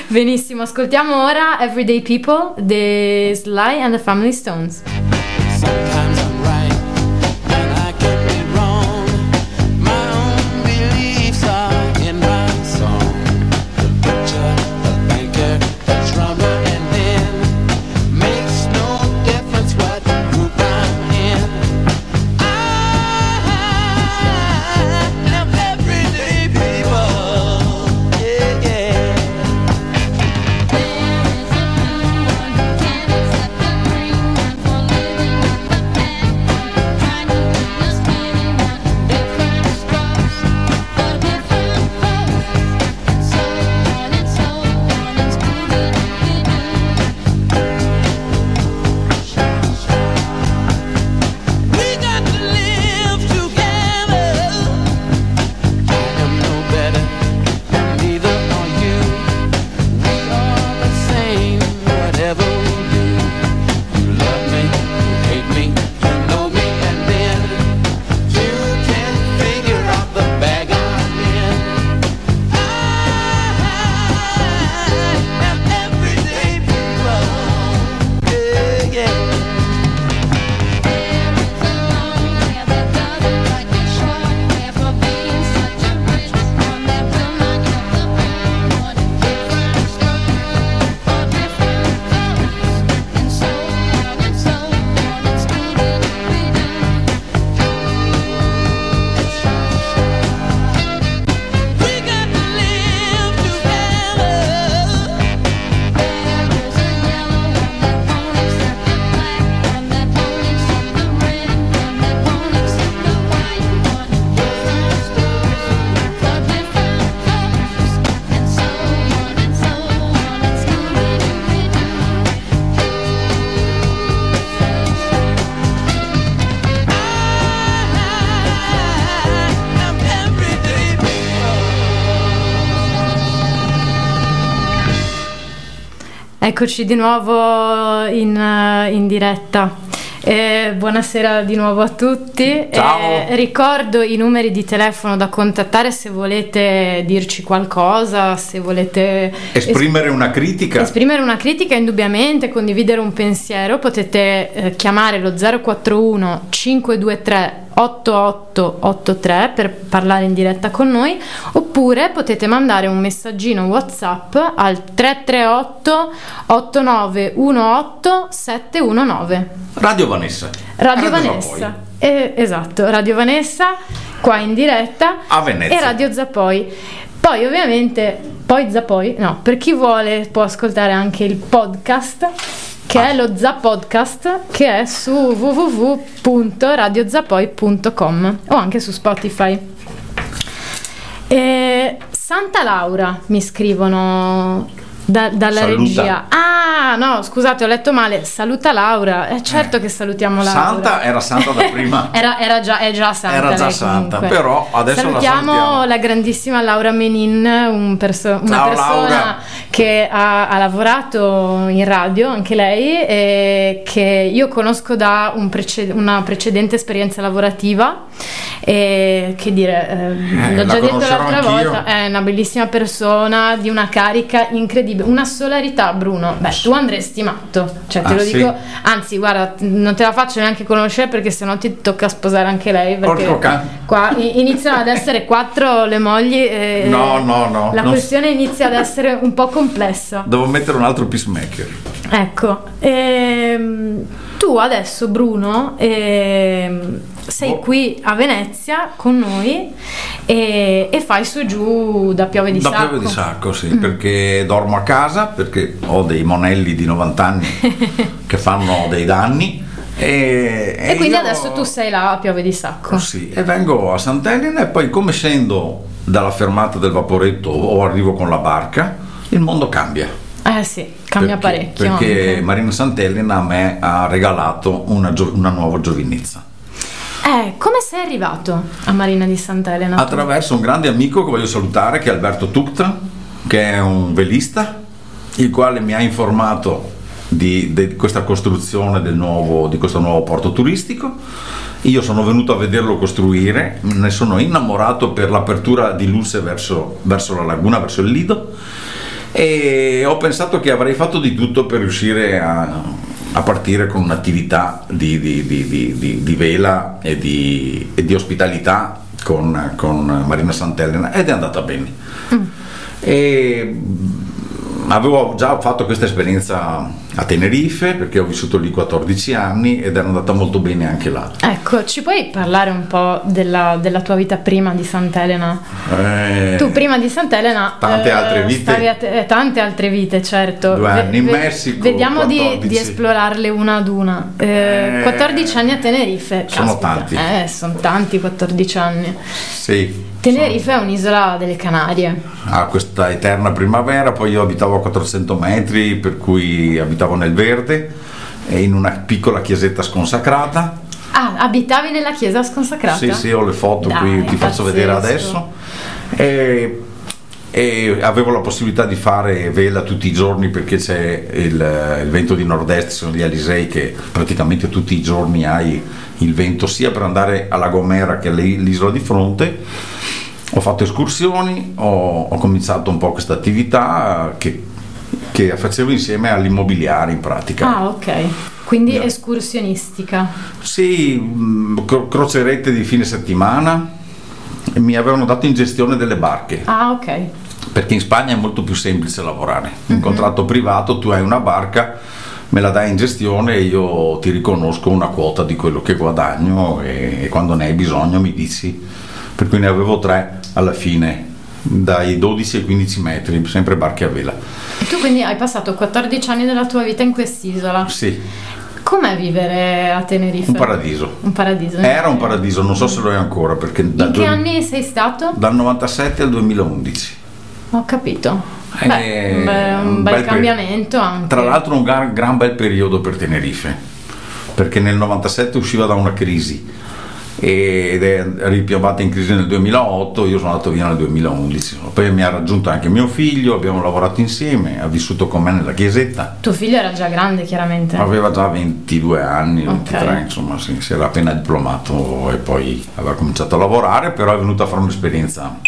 Benissimo, ascoltiamo ora Everyday People, The Sly and the Family Stones. Sometimes I'm right and I can be wrong. My own beliefs are in my song. The butcher, the banker, the drummer, and then makes no difference what group I'm in. I am everyday people. Yeah, yeah. We got to live together. I am no better, and neither are you. We are the same, whatever we do. You love me, you hate me, you know me, and then you can figure out the bag I'm in. I am everyday people. Yeah, yeah. We got to live together. I'm everyday Eccoci di nuovo in diretta. Buonasera di nuovo a tutti. Ciao. Ricordo i numeri di telefono da contattare se volete dirci qualcosa, se volete Esprimere una critica. esprimere una critica, indubbiamente, condividere un pensiero. Potete chiamare lo 041 523 8883 per parlare in diretta con noi, oppure potete mandare un messaggino WhatsApp al 338 8918 719. Radio Vanessa. Radio Zappoi. Vanessa, esatto, Radio Vanessa qua in diretta A Venezia. e Radio Zappoi. Poi ovviamente, per chi vuole può ascoltare anche il podcast, che è lo Zappodcast, che è su www.radiozappoi.com o anche su Spotify. Santa Laura mi scrivono dalla Saluta. regia. Ah, no, scusate, ho letto male. Saluta Laura. Certo che salutiamo Laura. Santa era santa da prima. È già santa. Era già lei, santa, comunque. però adesso la salutiamo salutiamo. la grandissima Laura Menin, una Ciao, persona Laura. che ha lavorato in radio, anche lei, e che io conosco da una precedente esperienza lavorativa. E che dire, l'ho la già detto conoscerò l'altra anch'io. volta, è una bellissima persona, di una carica incredibile, una solarità, Bruno. Beh, tu andresti matto, cioè te lo sì? dico, anzi guarda, non te la faccio neanche conoscere, perché sennò ti tocca sposare anche lei, perché Porco cane. qua iniziano ad essere 4 le mogli e No, la non- questione inizia ad essere un po' complessa. Devo mettere un altro peacemaker. Ecco, tu adesso, Bruno, sei qui a Venezia con noi e fai su e giù da Piove di Da Sacco. Pieve di Sacco, sì, perché dormo a casa, perché ho dei monelli di 90 anni che fanno dei danni. E quindi io- adesso tu sei là a Piove di Sacco. Sì, e vengo a Sant'Elena, e poi, come scendo dalla fermata del vaporetto o arrivo con la barca, il mondo cambia. Sì, cambia parecchio. Perché anche. Marina Sant'Elena a me ha regalato una nuova giovinezza. Come sei arrivato a Marina di Sant'Elena? tu? Attraverso un grande amico che voglio salutare, che è Alberto Tucta, che è un velista, il quale mi ha informato di questa costruzione di questo nuovo porto turistico. Io sono venuto a vederlo costruire, ne sono innamorato per l'apertura di luce verso la laguna, verso il Lido, e ho pensato che avrei fatto di tutto per riuscire a partire con un'attività di vela e di ospitalità con Marina Sant'Elena, ed è andata bene. E avevo già fatto questa esperienza a Tenerife, perché ho vissuto lì 14 anni ed era andata molto bene anche là. Ecco, ci puoi parlare un po' della tua vita prima di Sant'Elena? Tu prima di Sant'Elena tante altre vite. stavi tante altre vite, certo. 2 anni in Messico. Vediamo di 14. esplorarle una ad una. 14 anni a Tenerife. Sono caspita. tanti. Sono tanti 14 anni. Sì. Tenerife è un'isola delle Canarie. Ha questa eterna primavera. Poi io abitavo a 400 metri, per cui abitavo nel verde e in una piccola chiesetta sconsacrata. Ah, abitavi nella chiesa sconsacrata? Sì, ho le foto. Dai, qui ti faccio vedere pazzesco. adesso. E avevo la possibilità di fare vela tutti i giorni, perché c'è il vento di nord-est, sono gli Alisei, che praticamente tutti i giorni hai il vento, sia per andare a La Gomera che all'isola di fronte. Ho fatto escursioni, ho cominciato un po' questa attività che facevo insieme all'immobiliare, in pratica. Ah, ok. Quindi Yeah. escursionistica. Sì, crocierette di fine settimana, e mi avevano dato in gestione delle barche, Ah, ok. perché in Spagna è molto più semplice lavorare. In contratto privato tu hai una barca, me la dai in gestione e io ti riconosco una quota di quello che guadagno, e quando ne hai bisogno mi dici. Per cui ne avevo 3 alla fine, dai 12 ai 15 metri, sempre barche a vela. E tu quindi hai passato 14 anni della tua vita in quest'isola. Sì, Com'è vivere a Tenerife? un paradiso. Un paradiso. Era un paradiso, non so se lo è ancora, perché In che anni sei stato? dal 97 al 2011. Ho capito. È Un bel bel cambiamento anche. Tra l'altro un gran bel periodo per Tenerife, perché nel 97 usciva da una crisi ed è ripiovata in crisi nel 2008, io sono andato via nel 2011, poi mi ha raggiunto anche mio figlio, abbiamo lavorato insieme, ha vissuto con me nella chiesetta, Tuo figlio era già grande, chiaramente. aveva già 22 anni, 23, Ok. insomma si era appena diplomato e poi aveva cominciato a lavorare, però è venuto a fare un'esperienza.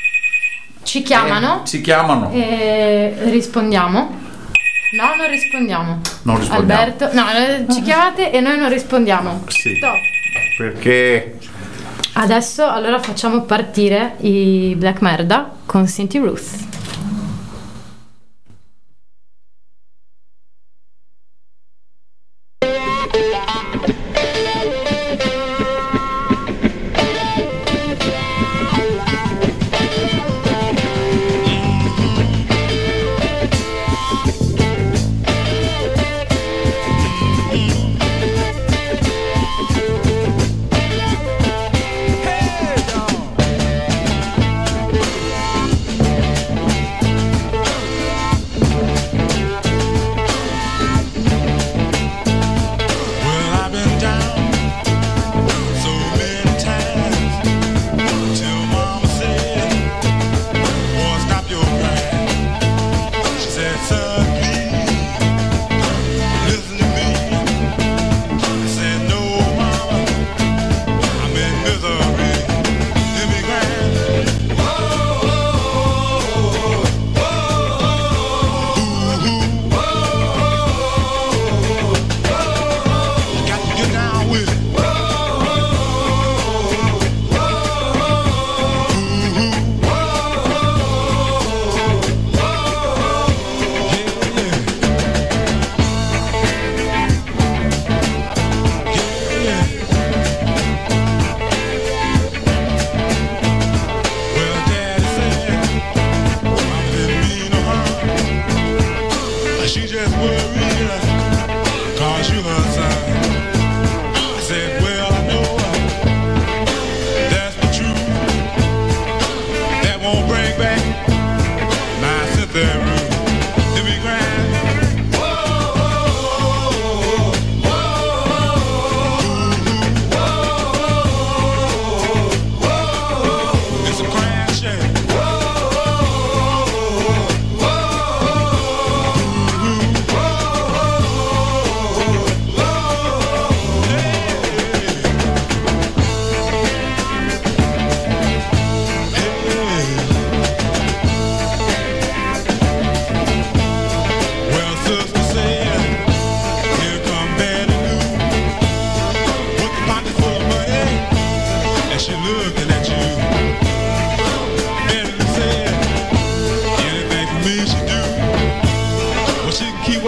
Ci chiamano Ci chiamano. e rispondiamo. No, non rispondiamo. Non rispondiamo. Alberto, no, ci chiamate e noi non rispondiamo. Sì. Stop. Perché Adesso allora facciamo partire i Black Merda con Cinti Ruth. Hey, dog.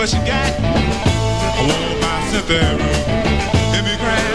what she got. I wanna buy Cynthia every grand.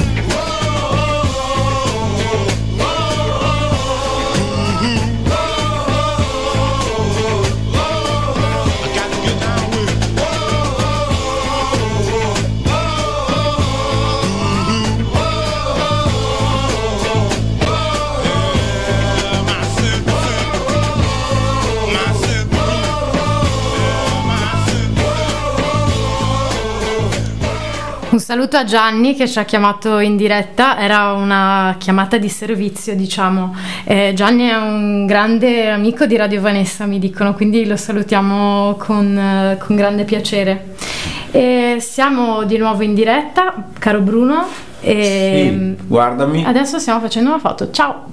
Un saluto a Gianni che ci ha chiamato in diretta, era una chiamata di servizio, diciamo. Gianni è un grande amico di Radio Vanessa, mi dicono, quindi lo salutiamo con grande piacere. E siamo di nuovo in diretta, caro Bruno. Sì, guardami. Adesso stiamo facendo una foto, ciao!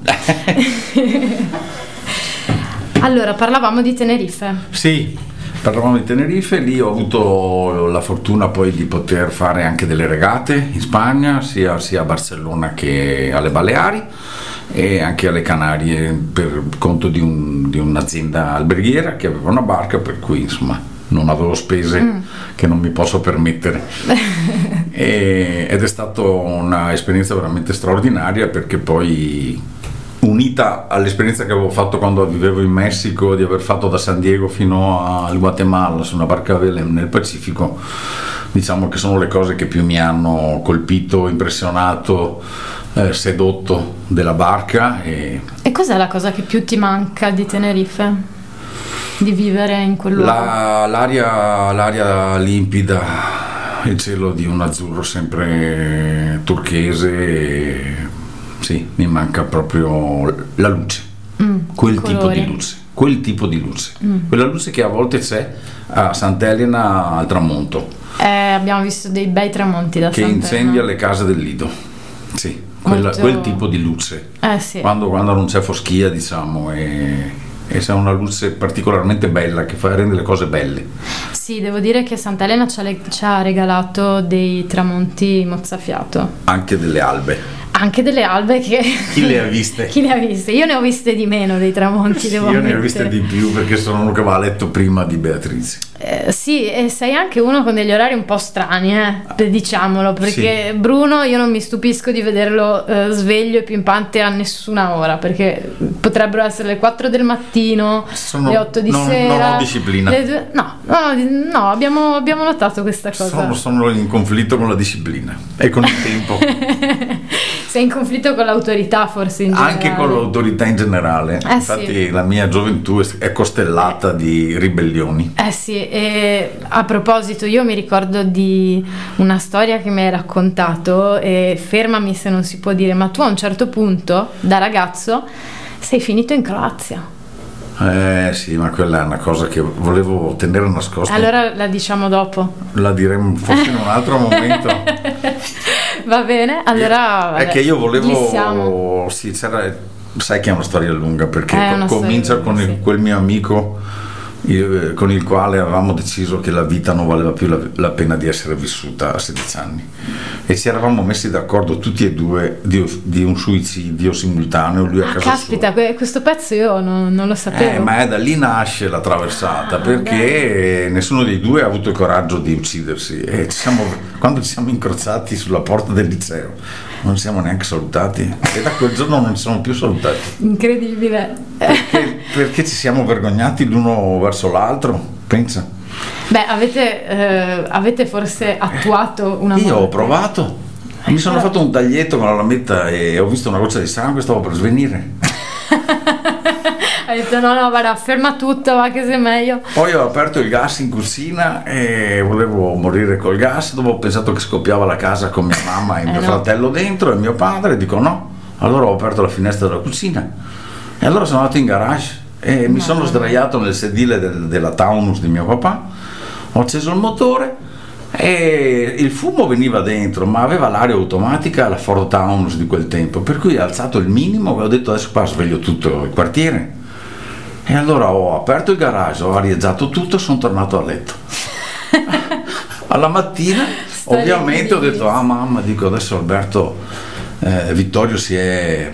Allora, parlavamo di Tenerife. Sì. Parlavamo di Tenerife, lì ho avuto la fortuna poi di poter fare anche delle regate in Spagna, sia a Barcellona che alle Baleari e anche alle Canarie per conto di un'azienda alberghiera che aveva una barca, per cui insomma non avevo spese che non mi posso permettere. Ed è stata un'esperienza veramente straordinaria, perché poi, unita all'esperienza che avevo fatto quando vivevo in Messico, di aver fatto da San Diego fino al Guatemala su una barca a vela nel Pacifico, diciamo che sono le cose che più mi hanno colpito, impressionato, sedotto della barca. E cos'è la cosa che più ti manca di Tenerife? Di vivere in quel luogo? L'aria limpida, il cielo di un azzurro sempre turchese. Sì, mi manca proprio la luce, quel tipo di luce, quella luce che a volte c'è a Sant'Elena al tramonto. Abbiamo visto dei bei tramonti da Sant'Elena. Che incendia le case del Lido, sì, quel tipo di luce, sì. quando non c'è foschia, diciamo, e c'è una luce particolarmente bella che rende le cose belle. Sì, devo dire che Sant'Elena ci ha regalato dei tramonti mozzafiato. Anche delle albe. Anche delle albe che... Chi le ha viste? Chi le ha viste? Io ne ho viste di meno dei tramonti, devo ammettere. Io ne ho viste di più, perché sono uno che va a letto prima di Beatrice. Sì, e sei anche uno con degli orari un po' strani, diciamolo, perché sì. Bruno io non mi stupisco di vederlo sveglio e pimpante a nessuna ora, perché potrebbero essere le 4 del mattino, le 8 di sera. Non ho disciplina. No, abbiamo notato questa cosa. Sono in conflitto con la disciplina e con il tempo. Sei in conflitto con l'autorità, forse, in generale. Anche con l'autorità in generale. Infatti sì. La mia gioventù è costellata di ribellioni. Sì, e a proposito, io mi ricordo di una storia che mi hai raccontato, e fermami se non si può dire, ma tu a un certo punto, da ragazzo, sei finito in Croazia. Sì, ma quella è una cosa che volevo tenere nascosta. Allora la diciamo dopo. La diremo forse in un altro momento. Va bene, allora... È che io volevo... Sì, sai che è una storia lunga, perché comincia lunga, con quel mio amico con il quale avevamo deciso che la vita non valeva più la pena di essere vissuta a 16 anni, e ci eravamo messi d'accordo tutti e due di un suicidio simultaneo, lui a casa caspita, sua. Questo pezzo io non lo sapevo. Ma è da lì nasce la traversata, perché nessuno dei due ha avuto il coraggio di uccidersi, e quando ci siamo incrociati sulla porta del liceo non ci siamo neanche salutati, e da quel giorno non ci siamo più salutati. Incredibile. Perché ci siamo vergognati l'uno verso l'altro, pensa. Beh, avete forse attuato una morte? Io ho provato, mi sono fatto un taglietto con la lametta e ho visto una goccia di sangue, stavo per svenire. Hai detto no, guarda, ferma tutto, va che sei meglio. Poi ho aperto il gas in cucina e volevo morire col gas. Dopo ho pensato che scoppiava la casa con mia mamma e mio fratello dentro e mio padre, dico no. Allora ho aperto la finestra della cucina e allora sono andato in garage e mi sono sdraiato nel sedile della Taunus di mio papà, ho acceso il motore e il fumo veniva dentro, ma aveva l'aria automatica, la Ford Taunus di quel tempo, per cui ho alzato il minimo e ho detto adesso qua sveglio tutto il quartiere. E allora ho aperto il garage, ho arieggiato tutto e sono tornato a letto. Alla mattina ovviamente ho detto mamma, dico adesso Alberto Vittorio si è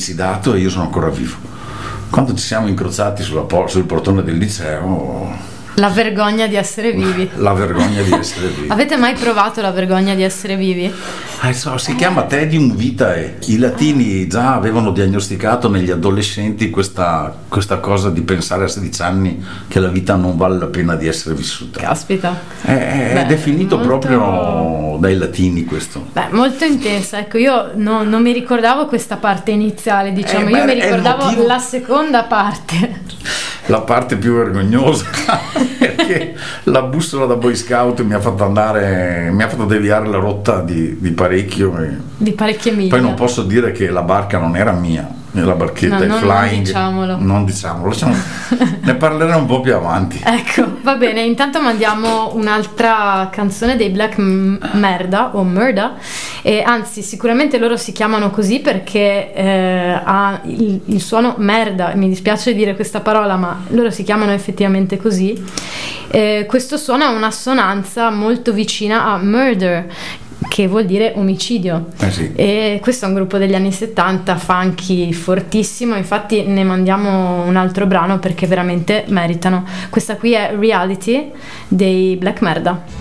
suicidato e io sono ancora vivo. Quando ci siamo incrociati sul portone del liceo La vergogna di essere vivi. La vergogna di essere vivi. Avete mai provato la vergogna di essere vivi? Si chiama tedium vitae. I latini già avevano diagnosticato negli adolescenti questa cosa di pensare a 16 anni che la vita non vale la pena di essere vissuta. Caspita. È definito molto- proprio dai latini questo. Beh, molto intensa. Ecco, io non mi ricordavo questa parte iniziale, diciamo. beh, Io mi è il ricordavo motivo- la seconda parte. La parte più vergognosa perché la bussola da Boy Scout mi ha fatto deviare la rotta di parecchio e Di parecchie miglia. poi non posso dire che la barca non era mia, la barchetta No, è non flying. diciamolo. Non diciamolo, ne parleremo un po' più avanti. Ecco, va bene, intanto mandiamo un'altra canzone dei Black Merda o Murda, e anzi sicuramente loro si chiamano così perché ha il suono merda, mi dispiace dire questa parola ma loro si chiamano effettivamente così. Questo suono ha un'assonanza molto vicina a murder, che vuol dire omicidio. Sì. E questo è un gruppo degli anni 70, funky, fortissimo, infatti ne mandiamo un altro brano perché veramente meritano. Questa qui è Reality dei Black Merda.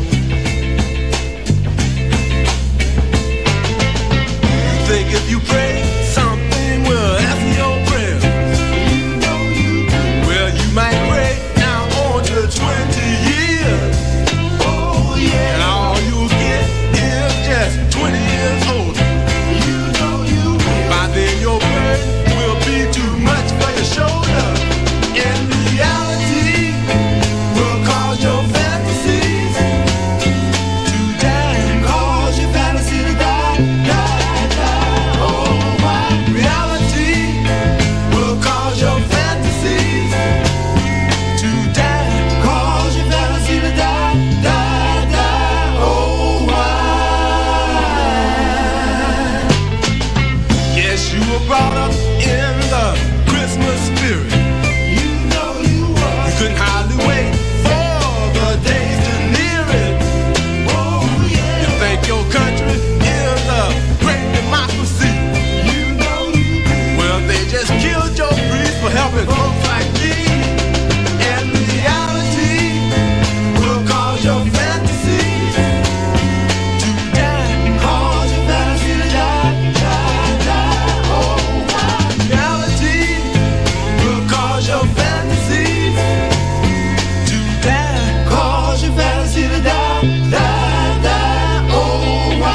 Think if you pray something will answer your prayer. Well, you might pray now on to 20 years. Oh yeah. And all you'll get is just 20 years older. By then your burden will be too much for your shoulder. In reality, will cause your fantasies to die. Cause your fantasy to die, die, die. Oh my. Reality will cause your fantasies to die. Cause your fantasy to die, die, die. Oh why? Yes, you were brought up in the Christmas spirit. You know you were. You couldn't hardly wait for the days to near it. Oh yeah. You think your country is a great democracy. You know you do. Well, they just killed your priest for helping folks like me. And reality will cause your fantasies to die. Cause your fantasy to die, die, die. Oh, reality will cause your fantasies to die. Cause your fantasy to die, die, die. Oh, why?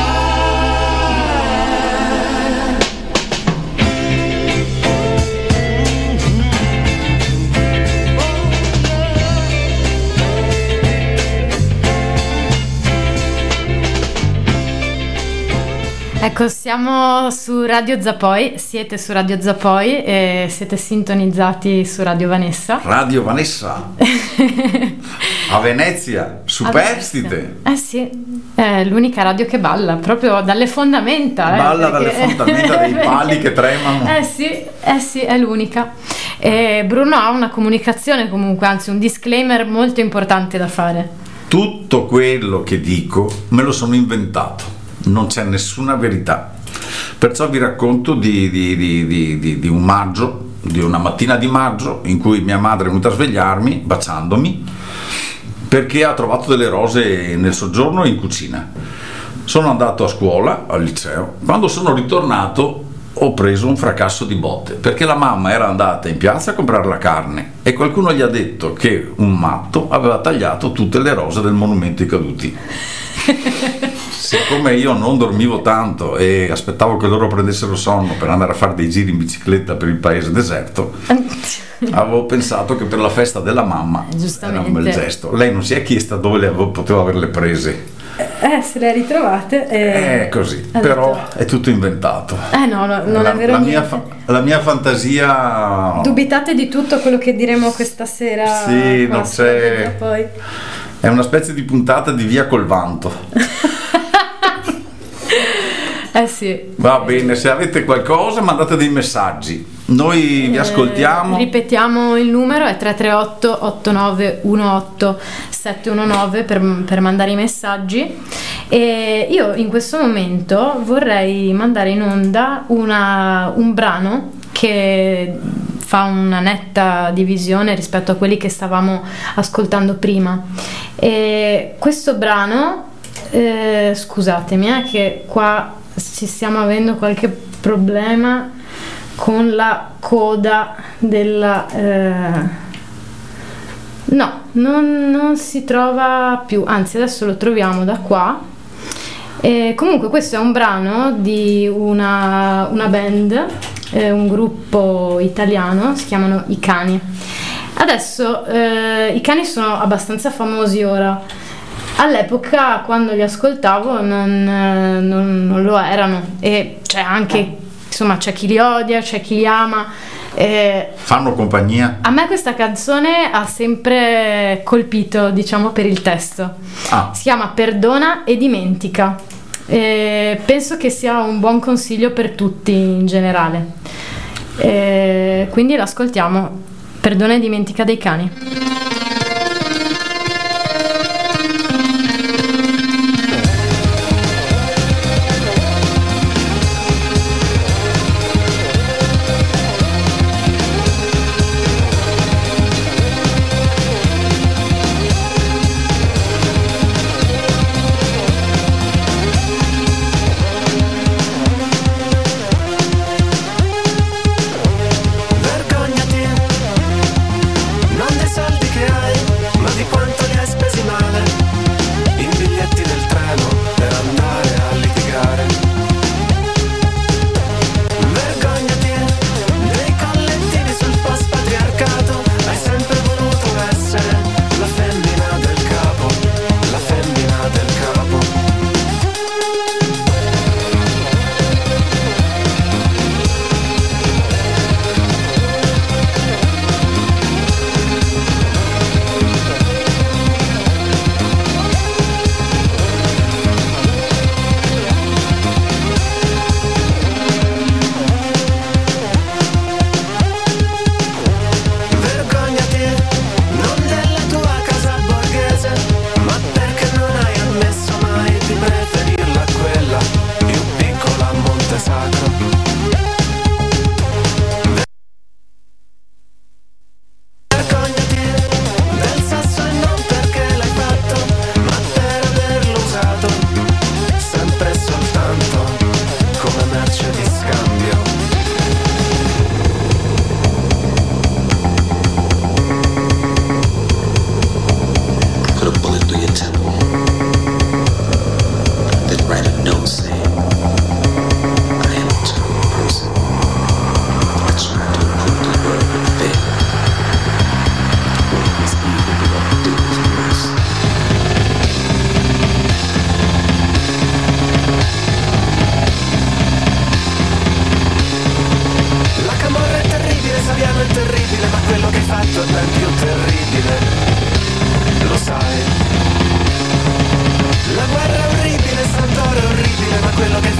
Ecco, siamo su Radio Zapoi, siete su Radio Zapoi e siete sintonizzati su Radio Vanessa. Radio Vanessa a Venezia, superstite. Sì, è l'unica radio che balla, proprio dalle fondamenta. Balla dalle perché- fondamenta dei pali che tremano. sì, è l'unica. E Bruno ha una comunicazione comunque, anzi un disclaimer molto importante da fare. Tutto quello che dico me lo sono inventato, non c'è nessuna verità. Perciò vi racconto di un maggio, di una mattina di maggio in cui mia madre è venuta a svegliarmi baciandomi perché ha trovato delle rose nel soggiorno e in cucina. Sono andato a scuola, al liceo. Quando sono ritornato ho preso un fracasso di botte perché la mamma era andata in piazza a comprare la carne e qualcuno gli ha detto che un matto aveva tagliato tutte le rose del monumento ai caduti. Siccome io non dormivo tanto e aspettavo che loro prendessero sonno per andare a fare dei giri in bicicletta per il paese deserto, avevo pensato che per la festa della mamma era Giustamente. un bel gesto. Lei non si è chiesta dove potevo averle prese. Se le ritrovate. È così, ha però detto- è tutto inventato. No, non è vero niente. La mia fantasia. Dubitate di tutto quello che diremo questa sera. Sì, qua non su Radio c'è. Zapoi. È una specie di puntata di Via col vanto. Sì. Va bene, se avete qualcosa mandate dei messaggi. Noi vi ascoltiamo. Ripetiamo il numero, è 338 8918 719 per mandare i messaggi. E io in questo momento vorrei mandare in onda un brano che fa una netta divisione rispetto a quelli che stavamo ascoltando prima. E questo brano, scusatemi, che qua ci stiamo avendo qualche problema con la coda della no, non si trova più, anzi adesso lo troviamo da qua. Comunque questo è un brano di una band, un gruppo italiano, si chiamano I Cani. Adesso i Cani sono abbastanza famosi ora. All'epoca, quando li ascoltavo, non lo erano, e c'è anche, insomma, c'è chi li odia, c'è chi li ama. Fanno compagnia. A me questa canzone ha sempre colpito, diciamo, per il testo. Si chiama Perdona e dimentica. Penso che sia un buon consiglio per tutti in generale. Quindi l'ascoltiamo. Perdona e dimentica dei Cani. Quello che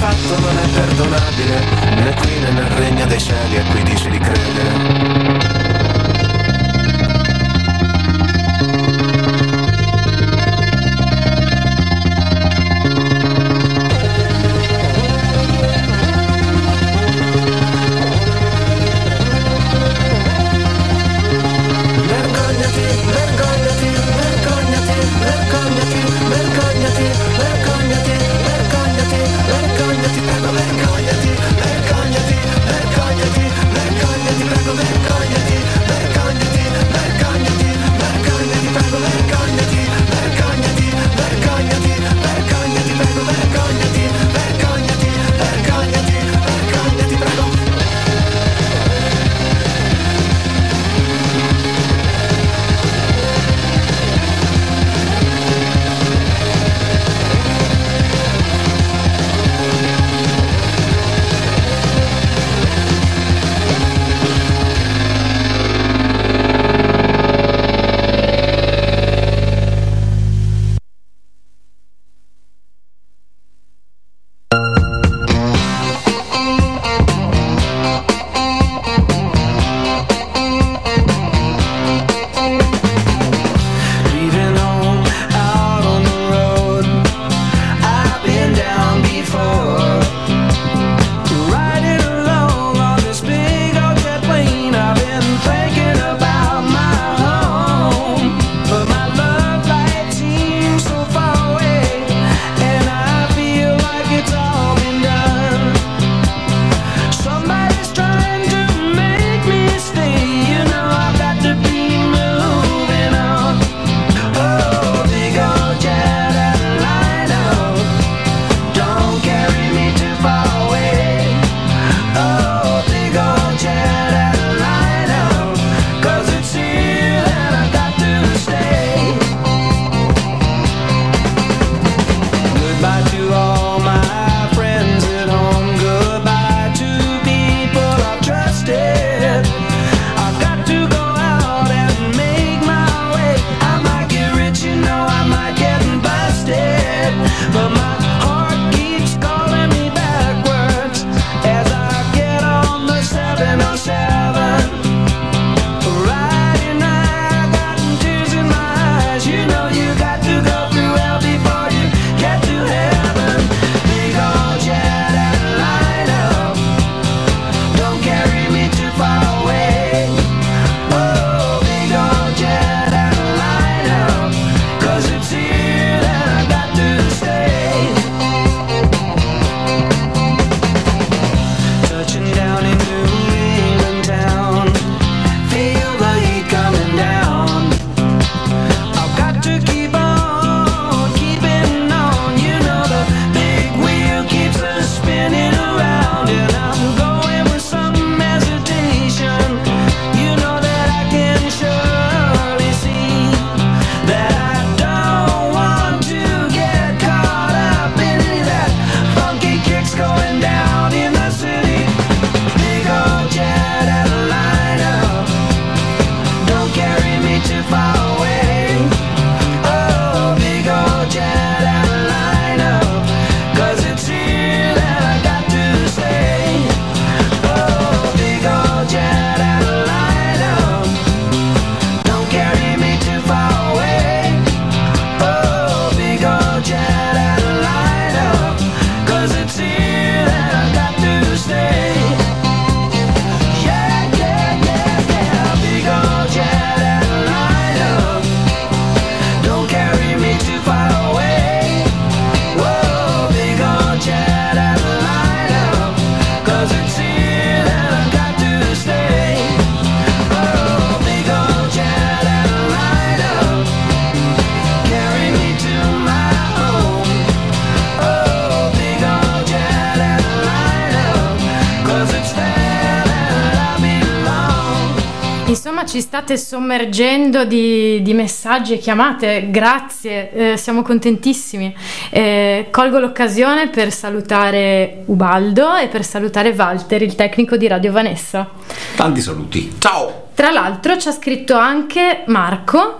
insomma ci state sommergendo di messaggi e chiamate, grazie, siamo contentissimi. Colgo l'occasione per salutare Ubaldo e per salutare Walter, il tecnico di Radio Vanessa. Tanti saluti, ciao! Tra l'altro ci ha scritto anche Marco.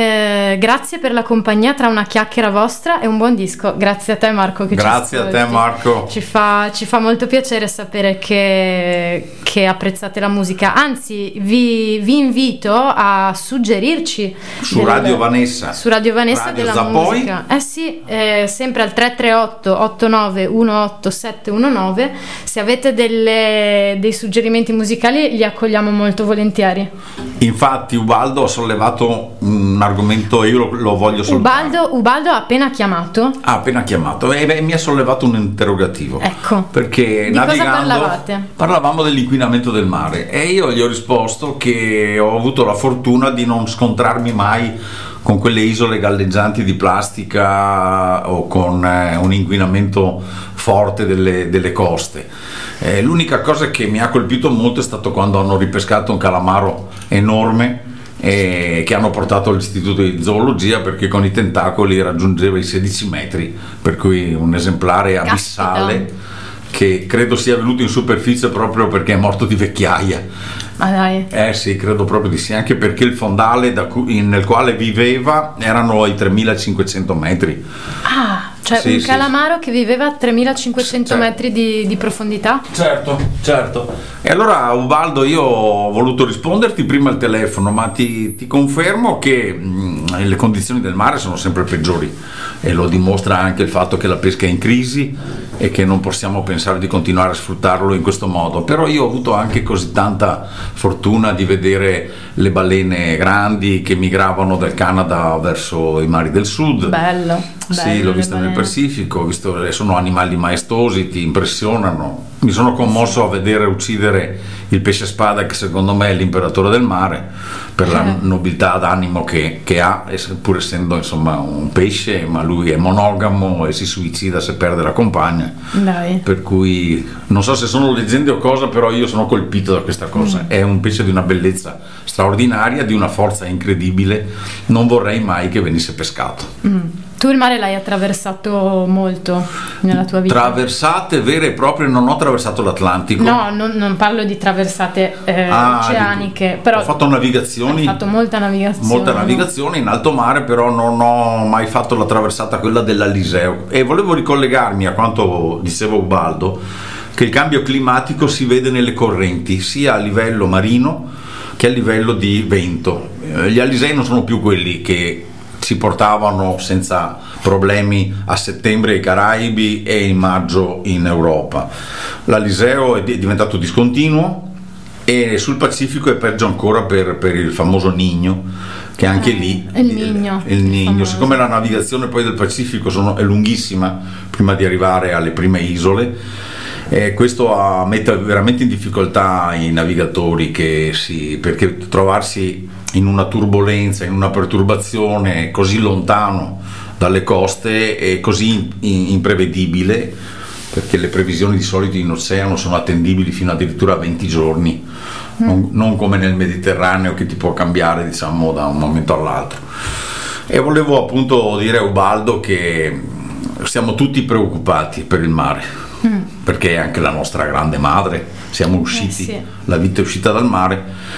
Grazie per la compagnia tra una chiacchiera vostra e un buon disco. Grazie a te Marco che grazie ci a te Marco, ci fa molto piacere sapere che apprezzate la musica, anzi vi invito a suggerirci su Radio Vanessa Radio della Zappoi. Musica sì, sempre al 338 8918 719. Se avete dei suggerimenti musicali li accogliamo molto volentieri. Infatti Ubaldo ha sollevato un argomento e io lo voglio soltanto. Ubaldo ha appena chiamato. E mi ha sollevato un interrogativo. Ecco. Perché di navigando cosa parlavate? Parlavamo dell'inquinamento del mare e io gli ho risposto che ho avuto la fortuna di non scontrarmi mai con quelle isole galleggianti di plastica o con un inquinamento forte delle coste. L'unica cosa che mi ha colpito molto è stato quando hanno ripescato un calamaro enorme che hanno portato all'istituto di zoologia, perché con i tentacoli raggiungeva i 16 metri, per cui un esemplare abissale che credo sia venuto in superficie proprio perché è morto di vecchiaia. Ma dai. Sì, credo proprio di sì, anche perché il fondale nel quale viveva erano ai 3500 metri. Cioè un calamaro che viveva a 3500 metri di profondità? Certo. E allora Ubaldo, io ho voluto risponderti prima al telefono, ma ti confermo che le condizioni del mare sono sempre peggiori e lo dimostra anche il fatto che la pesca è in crisi e che non possiamo pensare di continuare a sfruttarlo in questo modo. Però io ho avuto anche così tanta fortuna di vedere le balene grandi che migravano dal Canada verso i mari del sud. Bello. Sì, l'ho visto nel Pacifico, sono animali maestosi, ti impressionano. Mi sono commosso a vedere uccidere il pesce spada, che secondo me è l'imperatore del mare, per la nobiltà d'animo che ha, pur essendo insomma un pesce, ma lui è monogamo e si suicida se perde la compagna. Dai. Per cui non so se sono leggende o cosa, però io sono colpito da questa cosa. È un pesce di una bellezza straordinaria, di una forza incredibile, non vorrei mai che venisse pescato. Tu il mare l'hai attraversato molto nella tua vita? Traversate vere e proprie non ho attraversato l'Atlantico. No, non parlo di traversate oceaniche. Però ho fatto navigazioni. Hai fatto molta navigazione in alto mare, però non ho mai fatto la traversata quella dell'Aliseo. E volevo ricollegarmi a quanto diceva Ubaldo, che il cambio climatico si vede nelle correnti, sia a livello marino che a livello di vento. Gli Alisei non sono più quelli che si portavano senza problemi a settembre ai Caraibi e in maggio in Europa. L'Aliseo è diventato discontinuo e sul Pacifico è peggio ancora per il famoso Niño, che anche lì il Niño, siccome la navigazione poi del Pacifico è lunghissima prima di arrivare alle prime isole, questo mette veramente in difficoltà i navigatori, perché trovarsi in una turbolenza, in una perturbazione così lontano dalle coste è così imprevedibile, perché le previsioni di solito in oceano sono attendibili fino addirittura a 20 giorni, non come nel Mediterraneo che ti può cambiare diciamo da un momento all'altro. E volevo appunto dire a Ubaldo che siamo tutti preoccupati per il mare, perché è anche la nostra grande madre, siamo usciti, la vita è uscita dal mare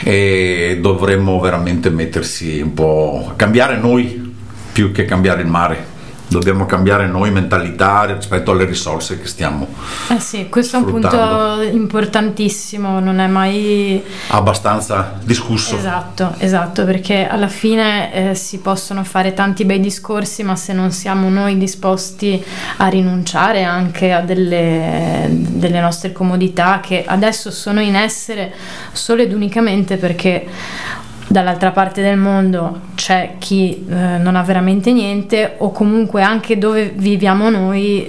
e dovremmo veramente mettersi un po' a cambiare noi più che cambiare il mare. Dobbiamo cambiare noi mentalità rispetto alle risorse che stiamo questo sfruttando. È un punto importantissimo, non è mai abbastanza discusso. Esatto, perché alla fine si possono fare tanti bei discorsi, ma se non siamo noi disposti a rinunciare anche a delle nostre comodità che adesso sono in essere solo ed unicamente perché dall'altra parte del mondo c'è chi non ha veramente niente, o comunque anche dove viviamo noi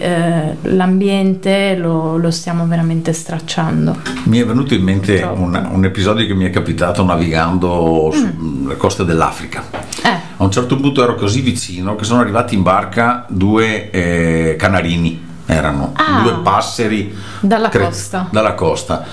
l'ambiente lo stiamo veramente stracciando. Mi è venuto in mente un episodio che mi è capitato navigando sulle coste dell'Africa. A un certo punto ero così vicino che sono arrivati in barca due canarini erano Ah. 2 passeri Dalla costa. dalla costa,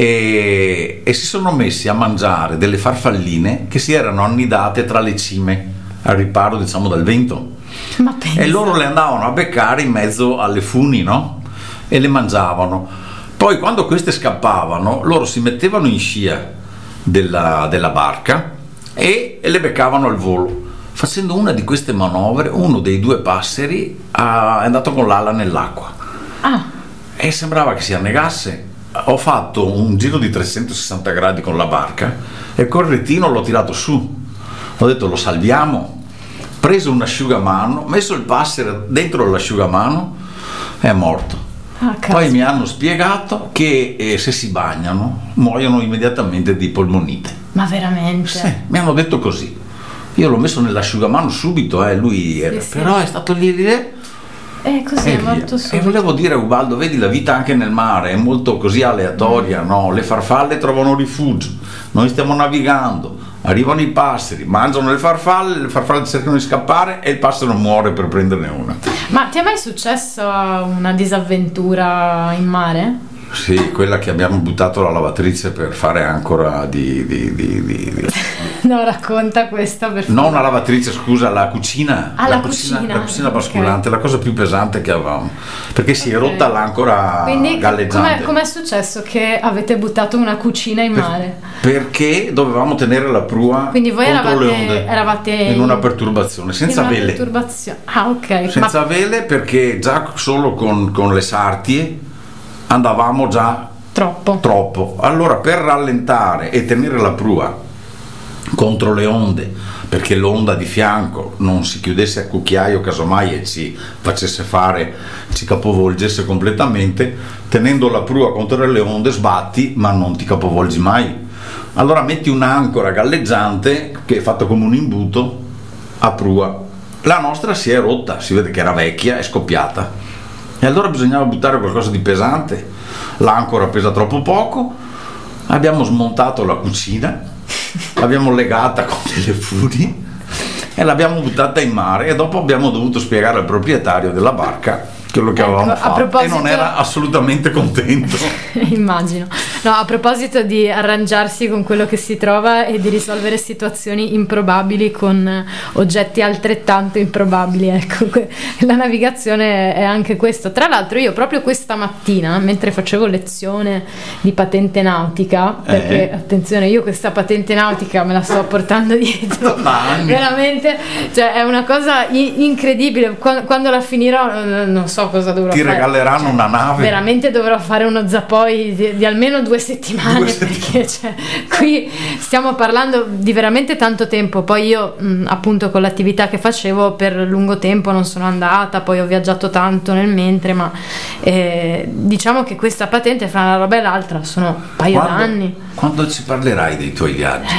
e si sono messi a mangiare delle farfalline che si erano annidate tra le cime al riparo, diciamo, dal vento, Ma pensa. e loro le andavano a beccare in mezzo alle funi, no? E le mangiavano. Poi quando queste scappavano, loro si mettevano in scia della barca e le beccavano al volo. Facendo una di queste manovre, uno dei 2 passeri è andato con l'ala nell'acqua Ah, e sembrava che si annegasse. Ho fatto un giro di 360 gradi con la barca e col retino l'ho tirato su. Ho detto: lo salviamo. Preso un asciugamano, messo il passero dentro l'asciugamano, è morto. cazzo. Poi mi hanno spiegato che se si bagnano muoiono immediatamente di polmonite. Ma veramente? Sì, mi hanno detto così. Io l'ho messo nell'asciugamano subito, lui sì. però è stato lì Così e è via. morto E subito. volevo dire, Ubaldo, vedi, la vita anche nel mare è molto così aleatoria, no? Le farfalle trovano rifugio, noi stiamo navigando, arrivano i passeri, mangiano le farfalle cercano di scappare e il passero muore per prenderne una. Ma ti è mai successa una disavventura in mare? Sì, quella che abbiamo buttato la lavatrice per fare ancora di No, racconta questa per favore. non la lavatrice, scusa, la cucina. Ah, la cucina. La cucina Ok. basculante, la cosa più pesante che avevamo, perché si è Ok. rotta l'ancora Quindi galleggiante. com'è successo che avete buttato una cucina in mare? Perché dovevamo tenere la prua Quindi voi contro le onde, eravate in una perturbazione, senza in una vele. perturbazione. Ah, ok. Senza vele, perché già solo con le sartie andavamo già troppo. Allora, per rallentare e tenere la prua contro le onde, perché l'onda di fianco non si chiudesse a cucchiaio casomai e ci capovolgesse completamente, tenendo la prua contro le onde sbatti ma non ti capovolgi mai. Allora metti un'ancora galleggiante che è fatta come un imbuto a prua. La nostra si è rotta, si vede che era vecchia, è scoppiata, e allora bisognava buttare qualcosa di pesante. L'ancora pesa troppo poco, abbiamo smontato la cucina, l'abbiamo legata con delle funi e l'abbiamo buttata in mare, e dopo abbiamo dovuto spiegare al proprietario della barca quello che avevamo a fatto, proposito- e non era assolutamente contento. Immagino. No, a proposito di arrangiarsi con quello che si trova e di risolvere situazioni improbabili con oggetti altrettanto improbabili, ecco, la navigazione è anche questo. Tra l'altro io proprio questa mattina, mentre facevo lezione di patente nautica, perché attenzione, io questa patente nautica me la sto portando dietro Da anni. veramente, cioè è una cosa incredibile. Quando la finirò non so cosa dovrò Ti fare. regaleranno una nave. Veramente dovrò fare uno zappoi di almeno 2 settimane, perché cioè, qui stiamo parlando di veramente tanto tempo. Poi io appunto con l'attività che facevo per lungo tempo non sono andata, poi ho viaggiato tanto nel mentre, ma diciamo che questa patente fra una roba e l'altra sono un paio d'anni. Quando ci parlerai dei tuoi viaggi?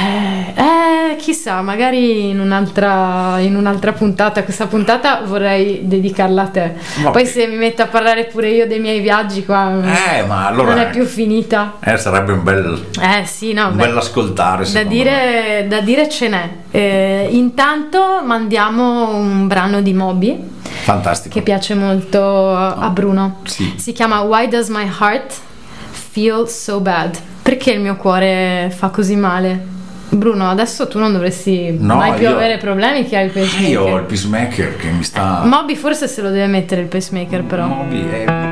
Chissà, magari in un'altra puntata. Questa puntata vorrei dedicarla a te. Vabbè. Poi se mi metto a parlare pure io dei miei viaggi qua Ma allora non è più finita. sarebbe un bel Sì, no, bello ascoltare, da secondo me. dire ce n'è. Intanto mandiamo un brano di Moby Fantastico. che piace molto a Bruno. Sì. Si chiama Why Does My Heart Feel So Bad? Perché il mio cuore fa così male? Bruno, adesso tu non dovresti No, mai più io- avere problemi, che hai il pacemaker. Io ho il peacemaker che mi sta. Moby forse se lo deve mettere il pacemaker, però. Moby è-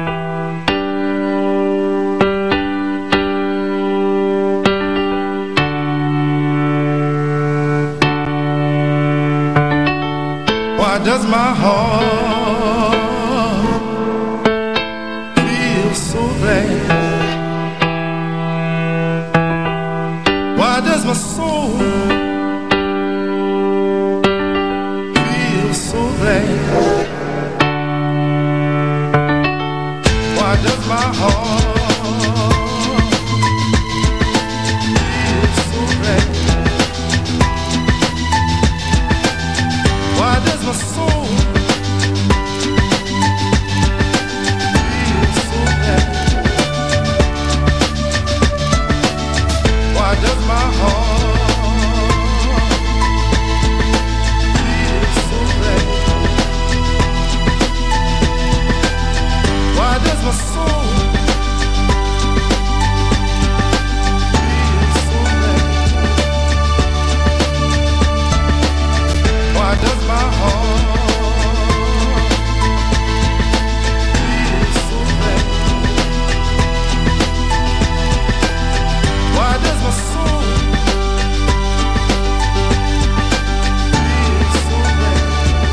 Why does my heart feel so bad? Why does my soul feel so bad? Why does my heart feel so bad? Why does my soul feel so bad? Why does my heart feel so bad? Why soul? Why does my heart feel so bad? Why does my soul feel so bad?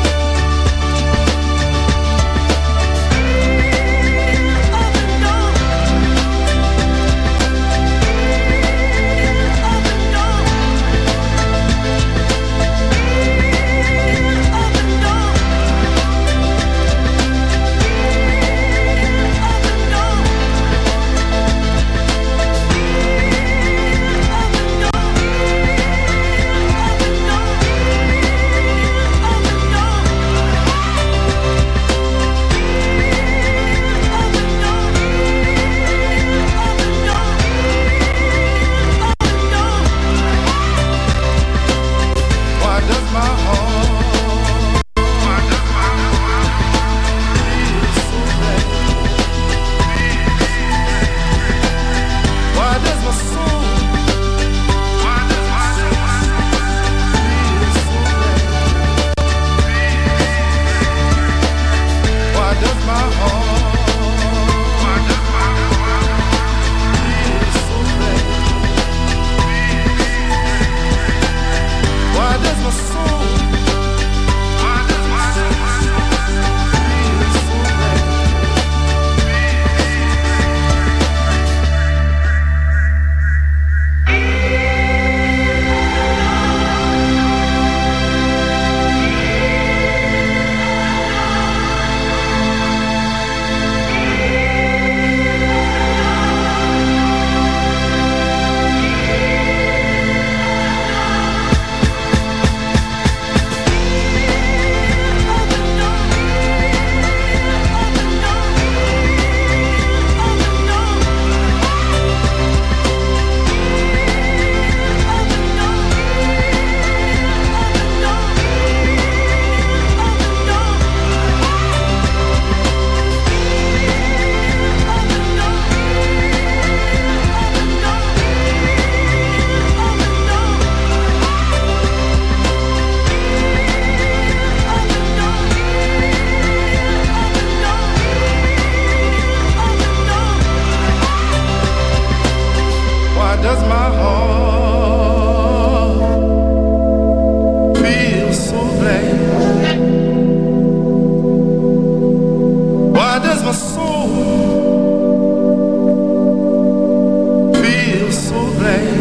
Why does my heart feel so bad? Why does my soul feel so bad? Why does my heart feel so bad? Why does my soul feel so bad? Why does my heart feel so bad? Why does my soul feel so bad?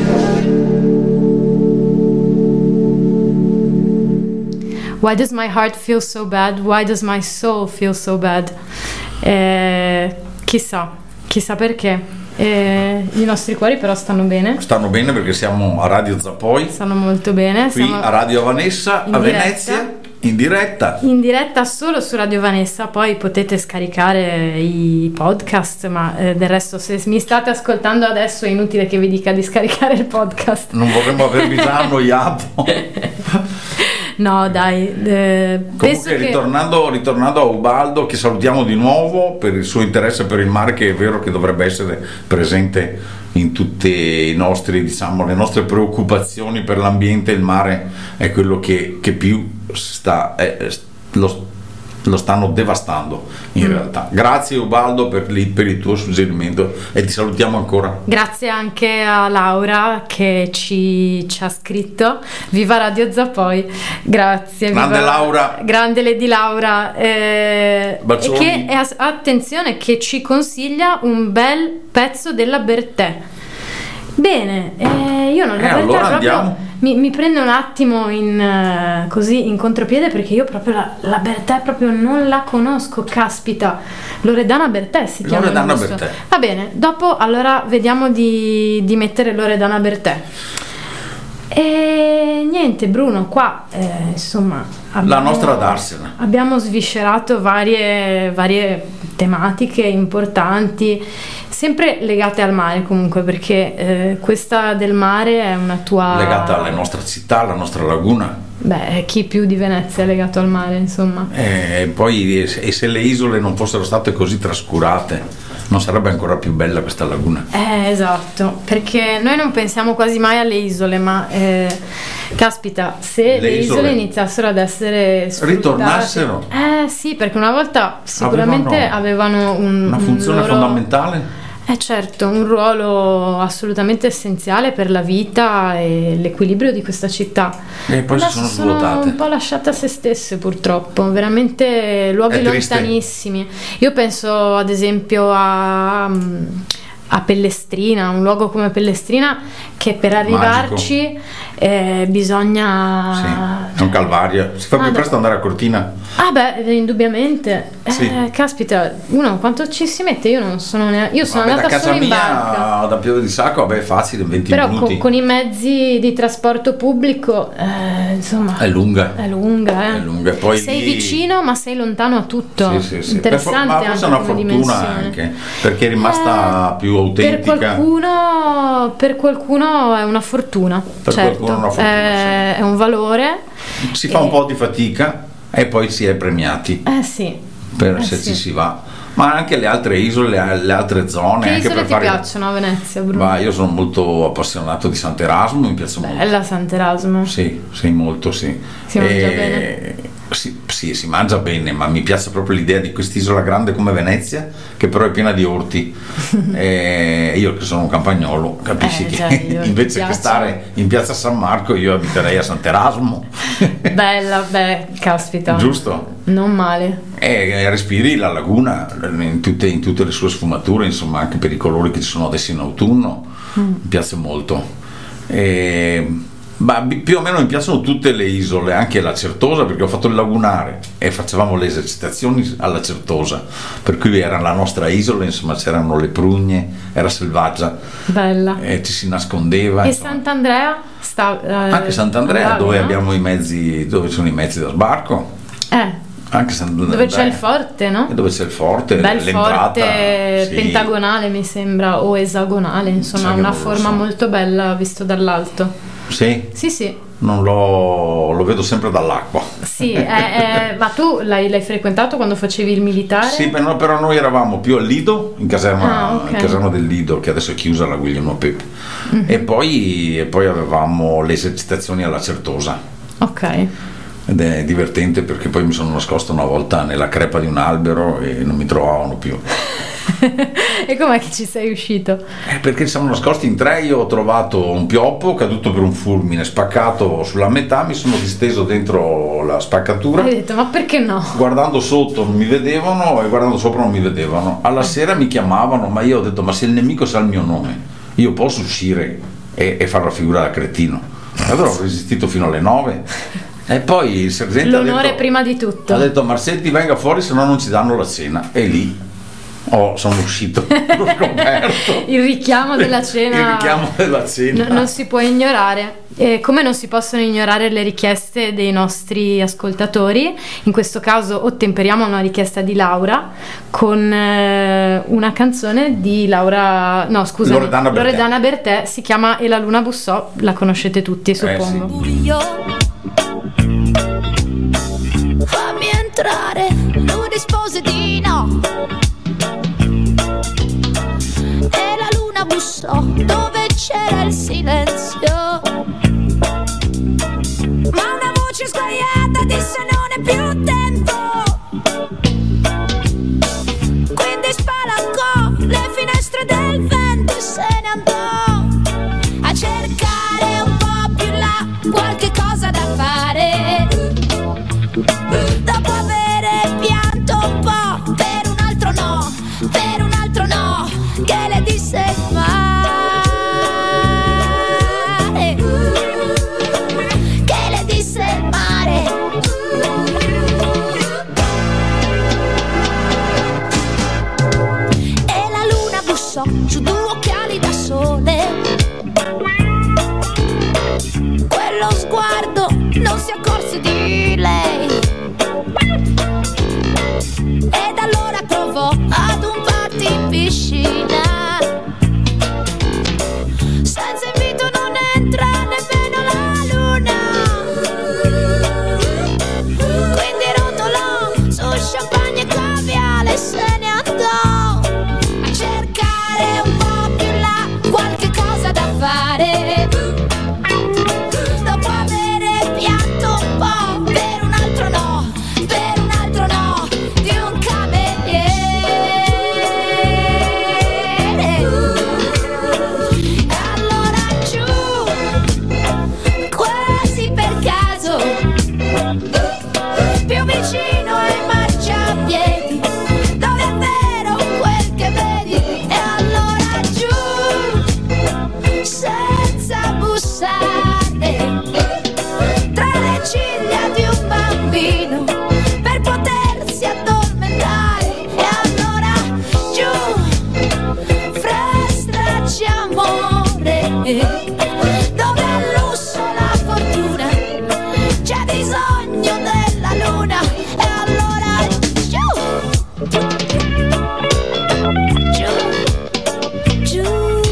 Why does my heart feel so bad? Why does my soul feel so bad? Chissà perché. I nostri cuori però stanno bene. Stanno bene perché siamo a Radio Zappoi, Stanno molto bene. qui Siamo a Radio Vanessa in a diretta. Venezia, in diretta. in diretta solo su Radio Vanessa, poi potete scaricare i podcast, ma del resto se mi state ascoltando adesso è inutile che vi dica di scaricare il podcast. Non vorremmo avervi già annoiato. No, dai, penso Comunque che ritornando a Ubaldo, che salutiamo di nuovo per il suo interesse per il mare, che è vero che dovrebbe essere presente in tutte i nostri, diciamo, le nostre preoccupazioni per l'ambiente. Il mare è quello che più lo stanno devastando in realtà. Grazie Ubaldo per il tuo suggerimento e ti salutiamo ancora. grazie anche a Laura che ci ha scritto. Viva Radio Zappoi, grazie. Grande Laura. Grande Lady Laura, Bacioni. che attenzione, che ci consiglia un bel pezzo della Bertè. Bene, io non la allora proprio andiamo. mi prende un attimo così in contropiede, perché io proprio la Bertè proprio non la conosco, caspita. Loredana Bertè si chiama. Loredana giusto? Bertè. Va bene, dopo allora vediamo di mettere Loredana Bertè. E niente, Bruno, qua insomma La nostra Darsena. abbiamo sviscerato varie tematiche importanti, sempre legate al mare comunque, perché questa del mare è una tua... Legata alla nostra città, alla nostra laguna. Beh, chi più di Venezia è legato al mare, insomma. E poi e se le isole non fossero state così trascurate non sarebbe ancora più bella questa laguna? Esatto, perché noi non pensiamo quasi mai alle isole, ma caspita, se le isole iniziassero ad essere sfruttate, ritornassero? Sì, perché una volta sicuramente avevano una funzione fondamentale. Certo, un ruolo assolutamente essenziale per la vita e l'equilibrio di questa città. E poi adesso sono svuotate. un po' lasciate a se stesse, purtroppo, veramente luoghi È triste. lontanissimi. Io penso ad esempio a Pellestrina, un luogo come Pellestrina che per arrivarci bisogna... Sì, è un calvario. Si fa più presto andare a Cortina. Indubbiamente. Sì. Caspita, uno quanto ci si mette? Io non sono io sono Vabbè, andata da casa solo in mia barca. da Pieve di Sacco, vabbè, è facile, 20 Però minuti. con i mezzi di trasporto pubblico, insomma, È lunga. È lunga. È lunga. E poi sei lì- vicino, ma sei lontano a tutto. Sì. Interessante, Ma forse è una anche come fortuna dimensione. anche, perché è rimasta più autentica. Per qualcuno è una fortuna. Per certo. qualcuno è una fortuna, È un valore. Si fa un po' di fatica e poi si è premiati Sì. se sì. ci si va. Ma anche le altre isole, le altre zone. Che anche isole per ti fare... piacciono a Venezia, Bruno? Ma io sono molto appassionato di Sant'Erasmo, mi piace molto. Bella Sant'Erasmo. Sì, molto sì. Si mangia bene? Sì, si mangia bene, ma mi piace proprio l'idea di quest'isola grande come Venezia, che però è piena di orti. Io che sono un campagnolo, capisci che già, io invece ti che piace. stare in piazza San Marco io abiterei a Sant'Erasmo. Bella, caspita. Giusto? Non male. E respiri la laguna in tutte le sue sfumature, insomma, anche per i colori che ci sono adesso in autunno. Mi piace molto. Ma più o meno mi piacciono tutte le isole, anche la Certosa, perché ho fatto il lagunare e facevamo le esercitazioni alla Certosa, per cui era la nostra isola, insomma, c'erano le prugne, era selvaggia, Bella. e ci si nascondeva. E insomma. Sant'Andrea? Anche Sant'Andrea, andavi, dove no? abbiamo i mezzi, dove sono i mezzi da sbarco. Anche Dove c'è il forte, no? E dove c'è il forte, Bel l'entrata, forte sì. pentagonale, mi sembra, o esagonale, insomma, Sai che una non lo forma so. molto bella visto dall'alto. Sì? Sì. Non lo vedo sempre dall'acqua. Sì, ma tu l'hai frequentato quando facevi il militare? Sì, però noi eravamo più al Lido, in caserma, ok. in caserma del Lido, che adesso è chiusa, la Guglielmo Pepe. E poi avevamo le esercitazioni alla Certosa. Ok. Ed è divertente perché poi mi sono nascosto una volta nella crepa di un albero e non mi trovavano più. E com'è che ci sei uscito? Perché siamo nascosti in tre, io ho trovato un pioppo caduto per un fulmine, spaccato sulla metà, mi sono disteso dentro la spaccatura. Hai detto, ma perché no? Guardando sotto non mi vedevano e guardando sopra non mi vedevano. Alla sera mi chiamavano, ma io ho detto, ma se il nemico sa il mio nome, io posso uscire e fare la figura da cretino. Allora ho resistito fino alle 9. E poi il sergente L'onore ha detto, prima di tutto. ha detto, Marsetti venga fuori, se no non ci danno la cena. E lì sono uscito, l'ho scoperto. Il richiamo della cena. Il richiamo della cena. Non si può ignorare. Come non si possono ignorare le richieste dei nostri ascoltatori. In questo caso ottemperiamo a una richiesta di Laura con una canzone di Loredana Bertè, si chiama E la luna bussò, la conoscete tutti, suppongo. Fammi entrare, lui rispose di no. E la luna bussò dove c'era il silenzio. Ma una voce sguaiata disse non è più tempo. Quindi spalancò le finestre del vento e se ne andò a cercare un po' più là qualche cosa da fare. Dopo avere pianto un po' per un altro no, che le disse il mare, che le disse il mare. E la luna bussò su due occhiali da sole. Quello sguardo non si accorse di lei. Ed allora provò ad un party in piscina. Senza invito non entra nemmeno la luna. Quindi rotolò su champagne e caviale e se ne andò a dove al lusso la fortuna c'è bisogno della luna e allora giù, giù, giù.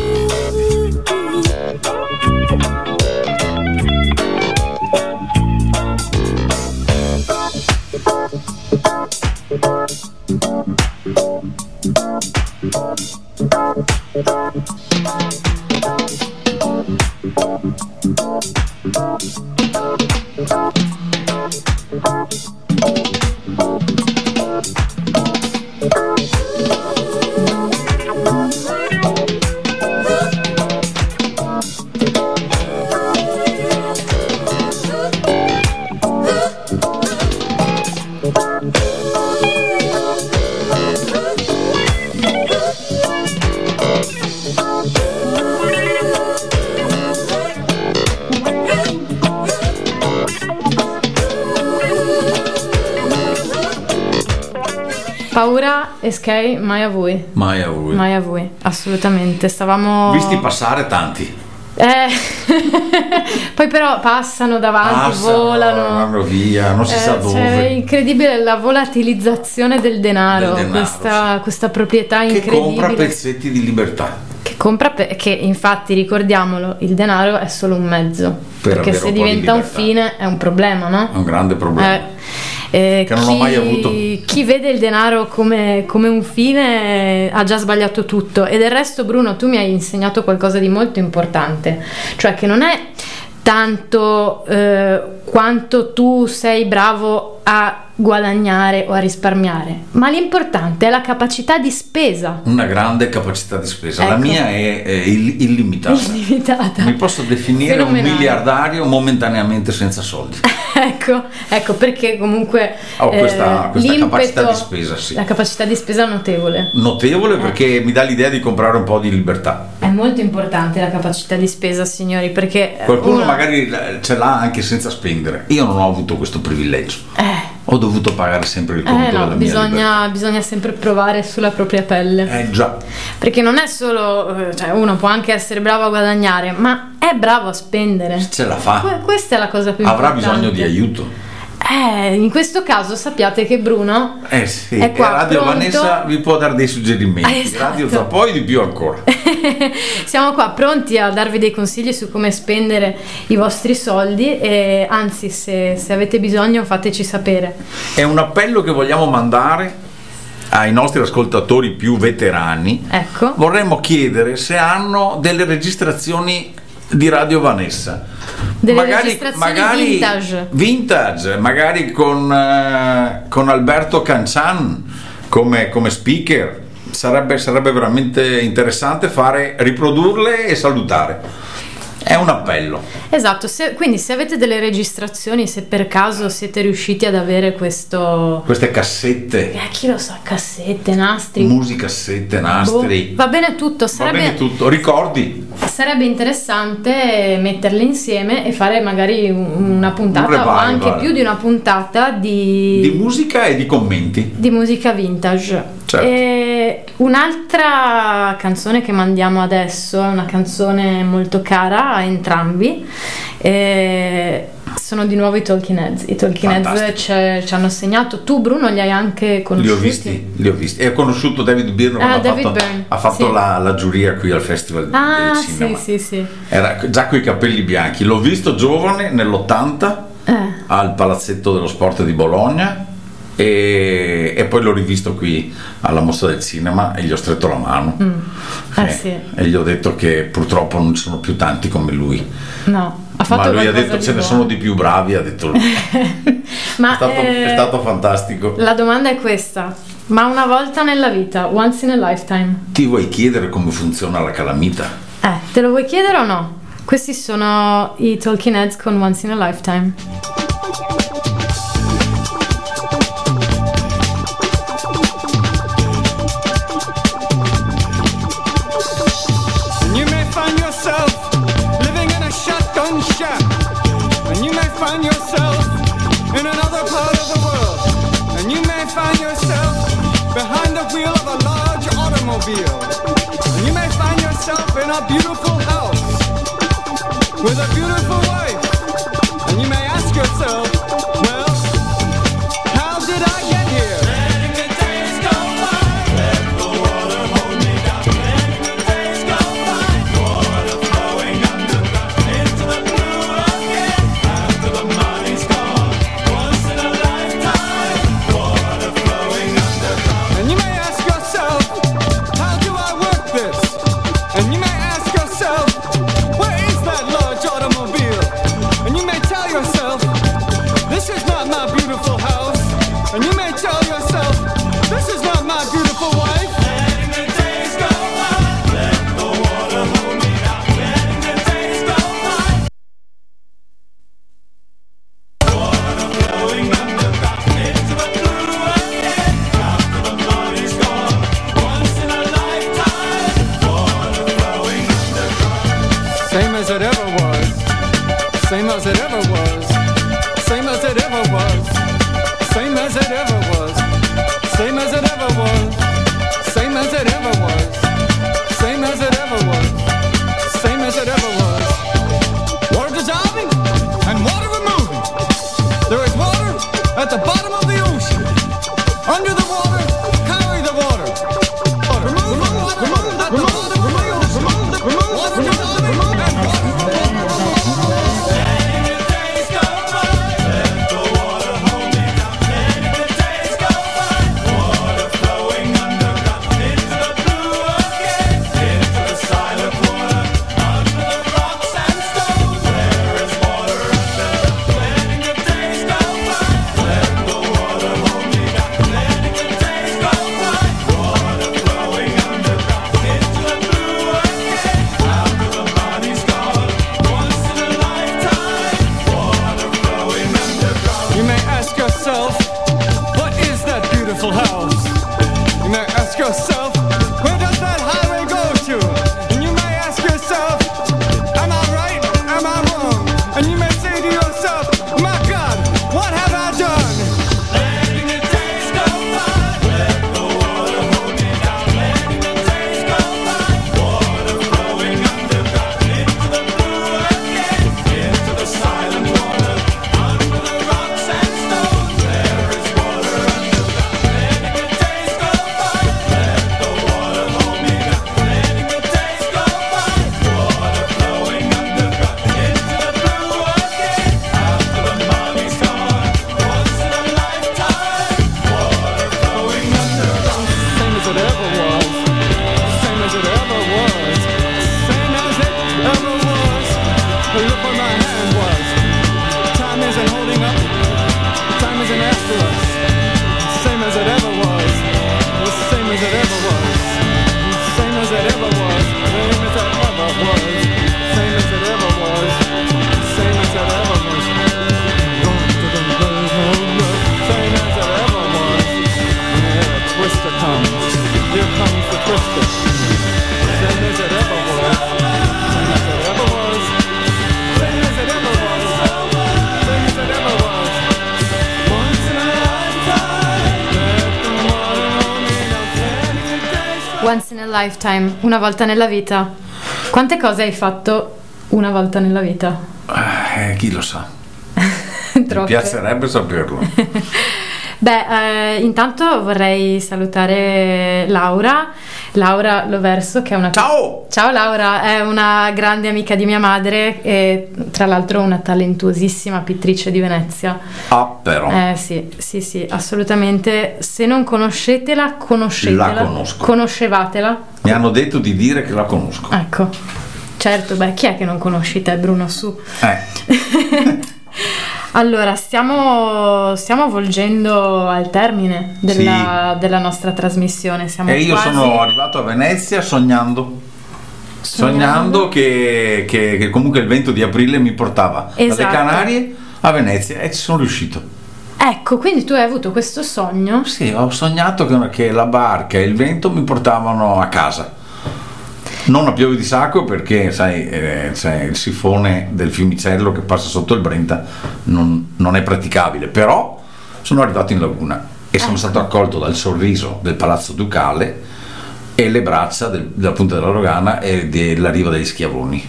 Paura e Sky, mai a voi. Mai a voi. Mai a voi, assolutamente. Stavamo Visti passare tanti. Poi però passano davanti, volano, vanno via, non si sa dove. Cioè, è incredibile la volatilizzazione del denaro, Del denaro, questa proprietà Che incredibile. compra pezzetti di libertà. Che infatti, ricordiamolo, il denaro è solo un mezzo, Per perché avere se un po' di diventa un libertà. fine è un problema, no? È un grande problema. Che non ho mai avuto. Chi vede il denaro come un fine ha già sbagliato tutto. E del resto, Bruno, tu mi hai insegnato qualcosa di molto importante, cioè che non è tanto quanto tu sei bravo a guadagnare o a risparmiare, ma l'importante è la capacità di spesa. Una grande capacità di spesa. La Ecco. mia è illimitata. Illimitata. Mi posso definire un Fenomenale. miliardario momentaneamente senza soldi. Ecco perché comunque Ho questa l'impeto, capacità di spesa, sì. La capacità di spesa è notevole. Notevole perché mi dà l'idea di comprare un po' di libertà. È molto importante la capacità di spesa, signori, perché Qualcuno uno- magari ce l'ha anche senza spendere. Io non ho avuto questo privilegio. Ho dovuto pagare sempre il conto della mia libertà. bisogna sempre provare sulla propria pelle. Già. Perché non è solo, cioè uno può anche essere bravo a guadagnare, ma è bravo a spendere. Ce la fa. Questa è la cosa più Avrà importante. bisogno di aiuto. In questo caso sappiate che Bruno Sì. è qua Radio pronto. Vanessa vi può dare dei suggerimenti. Esatto. Radio tra poi di più ancora. Siamo qua pronti a darvi dei consigli su come spendere i vostri soldi e anzi se avete bisogno fateci sapere. È un appello che vogliamo mandare ai nostri ascoltatori più veterani. Ecco. Vorremmo chiedere se hanno delle registrazioni di Radio Vanessa. Delle registrazioni vintage, magari con Alberto Cancian come speaker. Sarebbe veramente interessante riprodurle e salutare. È un appello. Esatto, quindi se avete delle registrazioni, se per caso siete riusciti ad avere Queste cassette, chi lo sa, cassette, nastri, musicassette, nastri. va bene tutto, Va bene tutto, ricordi. sarebbe interessante metterle insieme e fare magari una puntata Un revival. o anche più di una puntata Di musica e di commenti. di musica vintage. Certo. E un'altra canzone che mandiamo adesso è una canzone molto cara a entrambi. Sono di nuovo i Talking Heads. I Talking Heads ci hanno segnato. Tu, Bruno, li hai anche conosciuti? Li ho visti. E ho conosciuto David Byrne quando David Byrne, ha fatto sì. la giuria qui al Festival del Cinema. sì. Era già coi capelli bianchi. L'ho visto giovane nell'80 al Palazzetto dello Sport di Bologna. E poi l'ho rivisto qui alla Mostra del Cinema e gli ho stretto la mano Sì. e gli ho detto che purtroppo non ci sono più tanti come lui. No, ha fatto Ma lui ha qualcosa detto di ce ne buono. sono di più bravi, ha detto lui. Ma è stato fantastico. la domanda è questa: ma una volta nella vita, once in a lifetime, Ti vuoi chiedere come funziona la calamita? te lo vuoi chiedere o no? Questi sono i Talking Heads con Once in a Lifetime. You may find yourself living in a shotgun shack, and you may find yourself in another part of the world, and you may find yourself behind the wheel of a large automobile, and you may find yourself in a beautiful house with a beautiful wife. And you may ask yourself, well, how did I get here? Letting the days go by, let the water hold me down. Letting the days go by, water flowing underground into the blue again. After the money's gone, once in a lifetime, water flowing underground. And you may ask yourself, how do I work this? And you may ask yourself, where is that large automobile? And you may tell yourself, this is not my beautiful house. And you may tell yourself, this is not my beautiful wife. Letting the days go by, let the water hold me down. Letting the days go by, water flowing underground into the blue again. After the money's gone, once in a lifetime, water flowing underground. Same as it ever was. Same as it ever was. Same as it ever was. Same as it ever was. Same as it ever was. Same as it ever was. Same as it ever was. Same as it ever was. Water dissolving and water removing. There is water at the bottom of the ocean. Under the water, carry the water. Remove the water. Remove the water. Remove the water dissolving and water removing. Letting the days go by, let the water hold me down. Letting the days go by, water flowing underground into the blue again, into the silent water, under the rocks and stones. There is water underground. Letting the days go by, let the water hold me down. Letting the days go by, water flowing underground into the blue again, after the money's gone, once in a lifetime, water flowing underground. You may ask yourself, what is that beautiful house? You may ask yourself, where does that highway go to? And you may ask yourself, am I right? Am I wrong? And you may say to yourself, my God, what have I done? Letting the days go by, let the water hold me down. Letting the days go by, water flowing underground into the blue again, into the silent water, under the rocks and stones. There is water underground. Letting the days go by, let the water hold me down. Letting the days go by, water flowing underground into the blue again, after the money's gone, once in a lifetime, water flowing underground. Same as it ever was. Same as it ever was. Same as it ever was. Look where my hand was. Time isn't holding up. Time isn't after us. Same as it ever was. Same as it ever was. Same as it ever was. Same as it ever was. Same as it ever was. Same as it ever was. Same as it ever was. Here a twister comes. Here comes the twister. Same as it ever was. Same as it ever was. Same as it ever was. Same as it ever was. Once in a lifetime, let the water hold me down. Once in a lifetime, una volta nella vita. Quante cose hai fatto una volta nella vita? Chi lo sa? Mi Troppe. piacerebbe saperlo. Beh, intanto vorrei salutare Laura Loverso, che è una... Ciao! Ciao Laura, è una grande amica di mia madre e tra l'altro una talentuosissima pittrice di Venezia. Ah, però. Sì, assolutamente. Se non conoscetela, conoscetela. La conosco. Conoscevatela. Mi hanno detto di dire che la conosco. Ecco. Certo, beh, chi è che non conosci te, Bruno, su? Allora, stiamo volgendo al termine della nostra trasmissione. Siamo E io quasi... sono arrivato a Venezia sognando che comunque il vento di aprile mi portava Esatto. dalle Canarie a Venezia e ci sono riuscito. Ecco, quindi tu hai avuto questo sogno? Sì, ho sognato che la barca e il vento mi portavano a casa. Non a piove di sacco perché, sai, c'è il sifone del Fiumicello che passa sotto il Brenta, non è praticabile, però sono arrivato in laguna e sono stato accolto dal sorriso del Palazzo Ducale e le braccia della Punta della Rogana e della riva degli Schiavoni.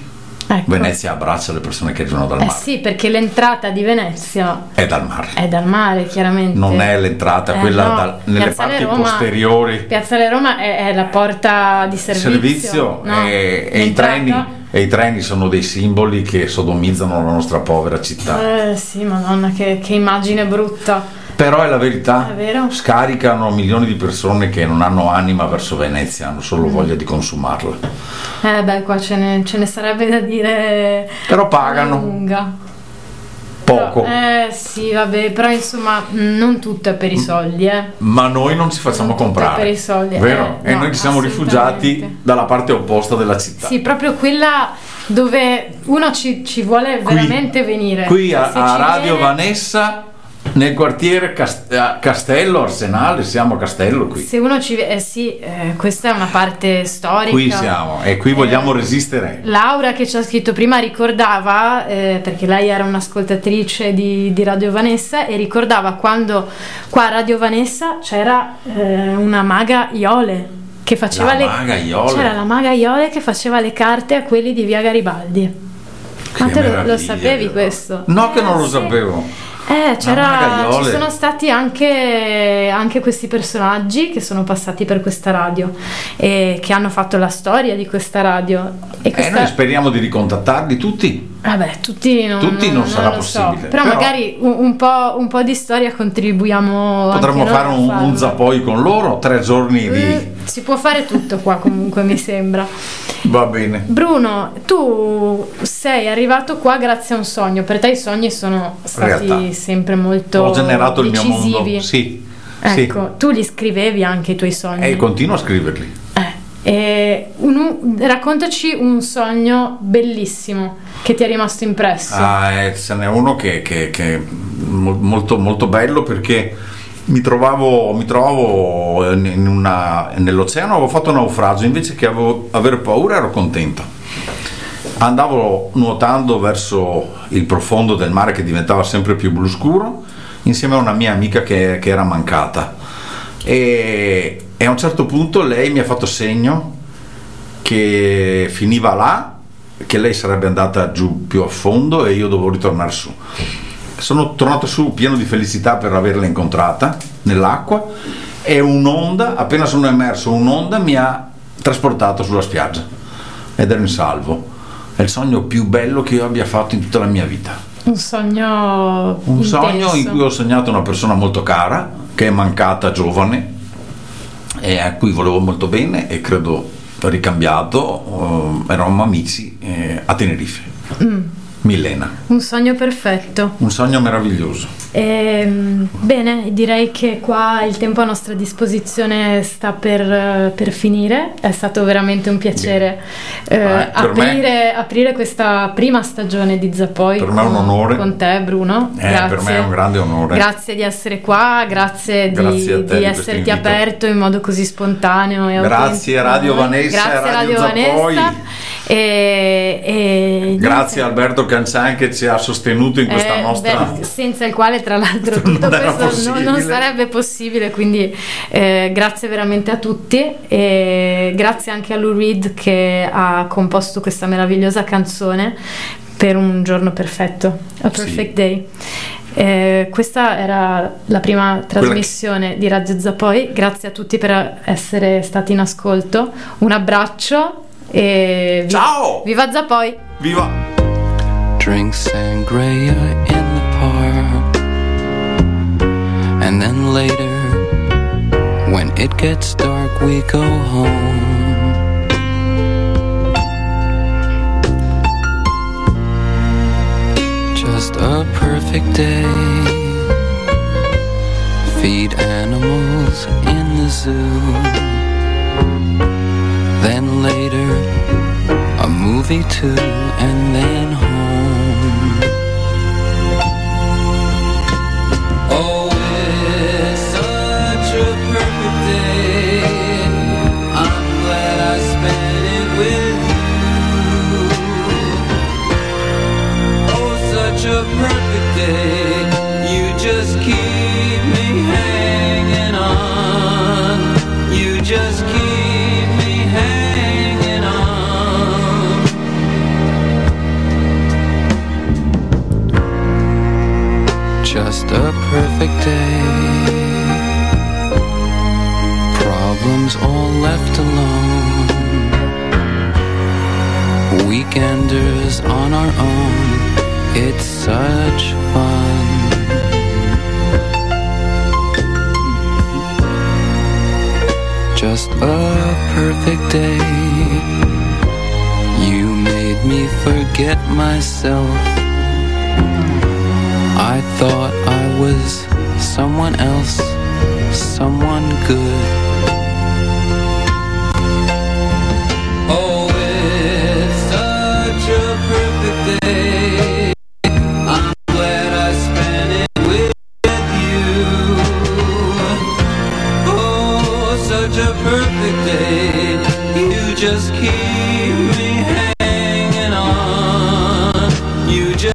Ecco. Venezia abbraccia le persone che arrivano dal mare. Sì, perché l'entrata di Venezia È dal mare. è dal mare, chiaramente. Non è l'entrata, quella no. nelle Piazzale parti Roma- posteriori. Piazzale Roma è la porta di servizio, no? E i treni sono dei simboli che sodomizzano la nostra povera città. Sì, madonna, che immagine brutta. Però è la verità, È vero. scaricano milioni di persone che non hanno anima verso Venezia, hanno solo voglia di consumarla. Qua ce ne sarebbe da dire. Però pagano Lunga. poco. Però, sì, vabbè, però insomma non tutto è per i soldi, Ma noi non ci facciamo Non tutto comprare, è per i soldi, vero? E no, noi ci siamo assolutamente. rifugiati dalla parte opposta della città. Sì, proprio quella dove uno ci vuole veramente venire. Qui Se a ci Radio viene- Vanessa, nel quartiere Castello, Arsenale, siamo a Castello qui. Se uno questa è una parte storica. Qui siamo e qui vogliamo resistere. Laura che ci ha scritto prima ricordava, perché lei era un'ascoltatrice di Radio Vanessa, e ricordava quando qua a Radio Vanessa c'era una maga Iole che faceva Maga Iole. c'era la maga Iole che faceva le carte a quelli di Via Garibaldi. Ma Che te lo meraviglia, sapevi però. questo? No, che non lo sì. sapevo. Maga Iole. Ci sono stati anche questi personaggi che sono passati per questa radio e che hanno fatto la storia di questa radio. E Noi speriamo di ricontattarli tutti. Vabbè, tutti non sarà lo possibile, so. Però magari un po' di storia contribuiamo. Potremmo anche noi fare a un farlo. Zapoi con loro, 3 giorni di... Si può fare tutto qua comunque, mi sembra. Va bene. Bruno, tu sei arrivato qua grazie a un sogno. Per te i sogni sono stati Realtà. sempre molto Ho generato il mio decisivi. mondo. Sì. Ecco, tu li scrivevi anche i tuoi sogni. E continuo a scriverli. Raccontaci un sogno bellissimo che ti è rimasto impresso. Ce n'è uno che è molto, molto bello, perché mi trovavo nell'oceano, avevo fatto un naufragio, invece che aver paura ero contento. Andavo nuotando verso il profondo del mare che diventava sempre più blu scuro, insieme a una mia amica che era mancata, e a un certo punto lei mi ha fatto segno che finiva là, che lei sarebbe andata giù più a fondo e io dovevo ritornare su. Sono tornato su pieno di felicità per averla incontrata nell'acqua, e un'onda, appena sono emerso, un'onda mi ha trasportato sulla spiaggia ed ero in salvo. È il sogno più bello che io abbia fatto in tutta la mia vita. Un sogno Sogno in intenso. cui ho sognato una persona molto cara che è mancata giovane e a cui volevo molto bene, e credo ricambiato. Eravamo amici a Tenerife. Milena. Un sogno perfetto. Un sogno meraviglioso. Bene, direi che qua il tempo a nostra disposizione sta per finire. È stato veramente un piacere aprire questa prima stagione di Zapoi. Per me è un onore. Con te, Bruno. Grazie. Per me è un grande onore. Grazie di essere qua, grazie Grazie a te di di esserti questo invito. aperto in modo così spontaneo e Grazie a Radio Vanessa, grazie a Radio Vanessa. Zapoi. E Grazie a Alberto Cancian che ci ha sostenuto in questa nostra... senza il quale tra l'altro tutto era questo non possibile. sarebbe possibile, quindi grazie veramente a tutti, e grazie anche a Lou Reed che ha composto questa meravigliosa canzone per un giorno perfetto, A Perfect Day. Questa era la prima trasmissione di Radio Zapoi. Grazie a tutti per essere stati in ascolto, un abbraccio e ciao! Viva Zapoi! Viva! Drink sangria in the park, and then later when it gets dark we go home. Just a perfect day. Feed animals in the zoo. Then later a movie too, and then home. Oh, it's such a perfect day. I'm glad I spent it with you. Oh, such a perfect day. You just keep me hanging on. You just keep me hanging on. weekenders on our own. It's such fun. Just a perfect day. You made me forget myself. I thought I was someone else, someone good. Oh, it's such a perfect day. I'm glad I spent it with you. Oh, such a perfect day. You just keep me hanging on. You just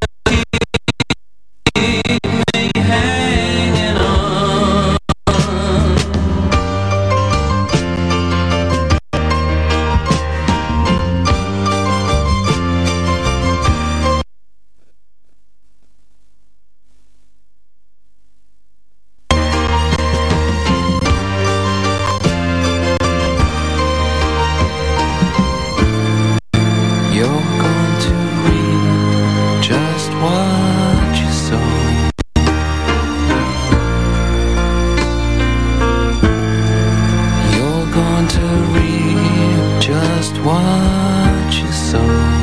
what you sow.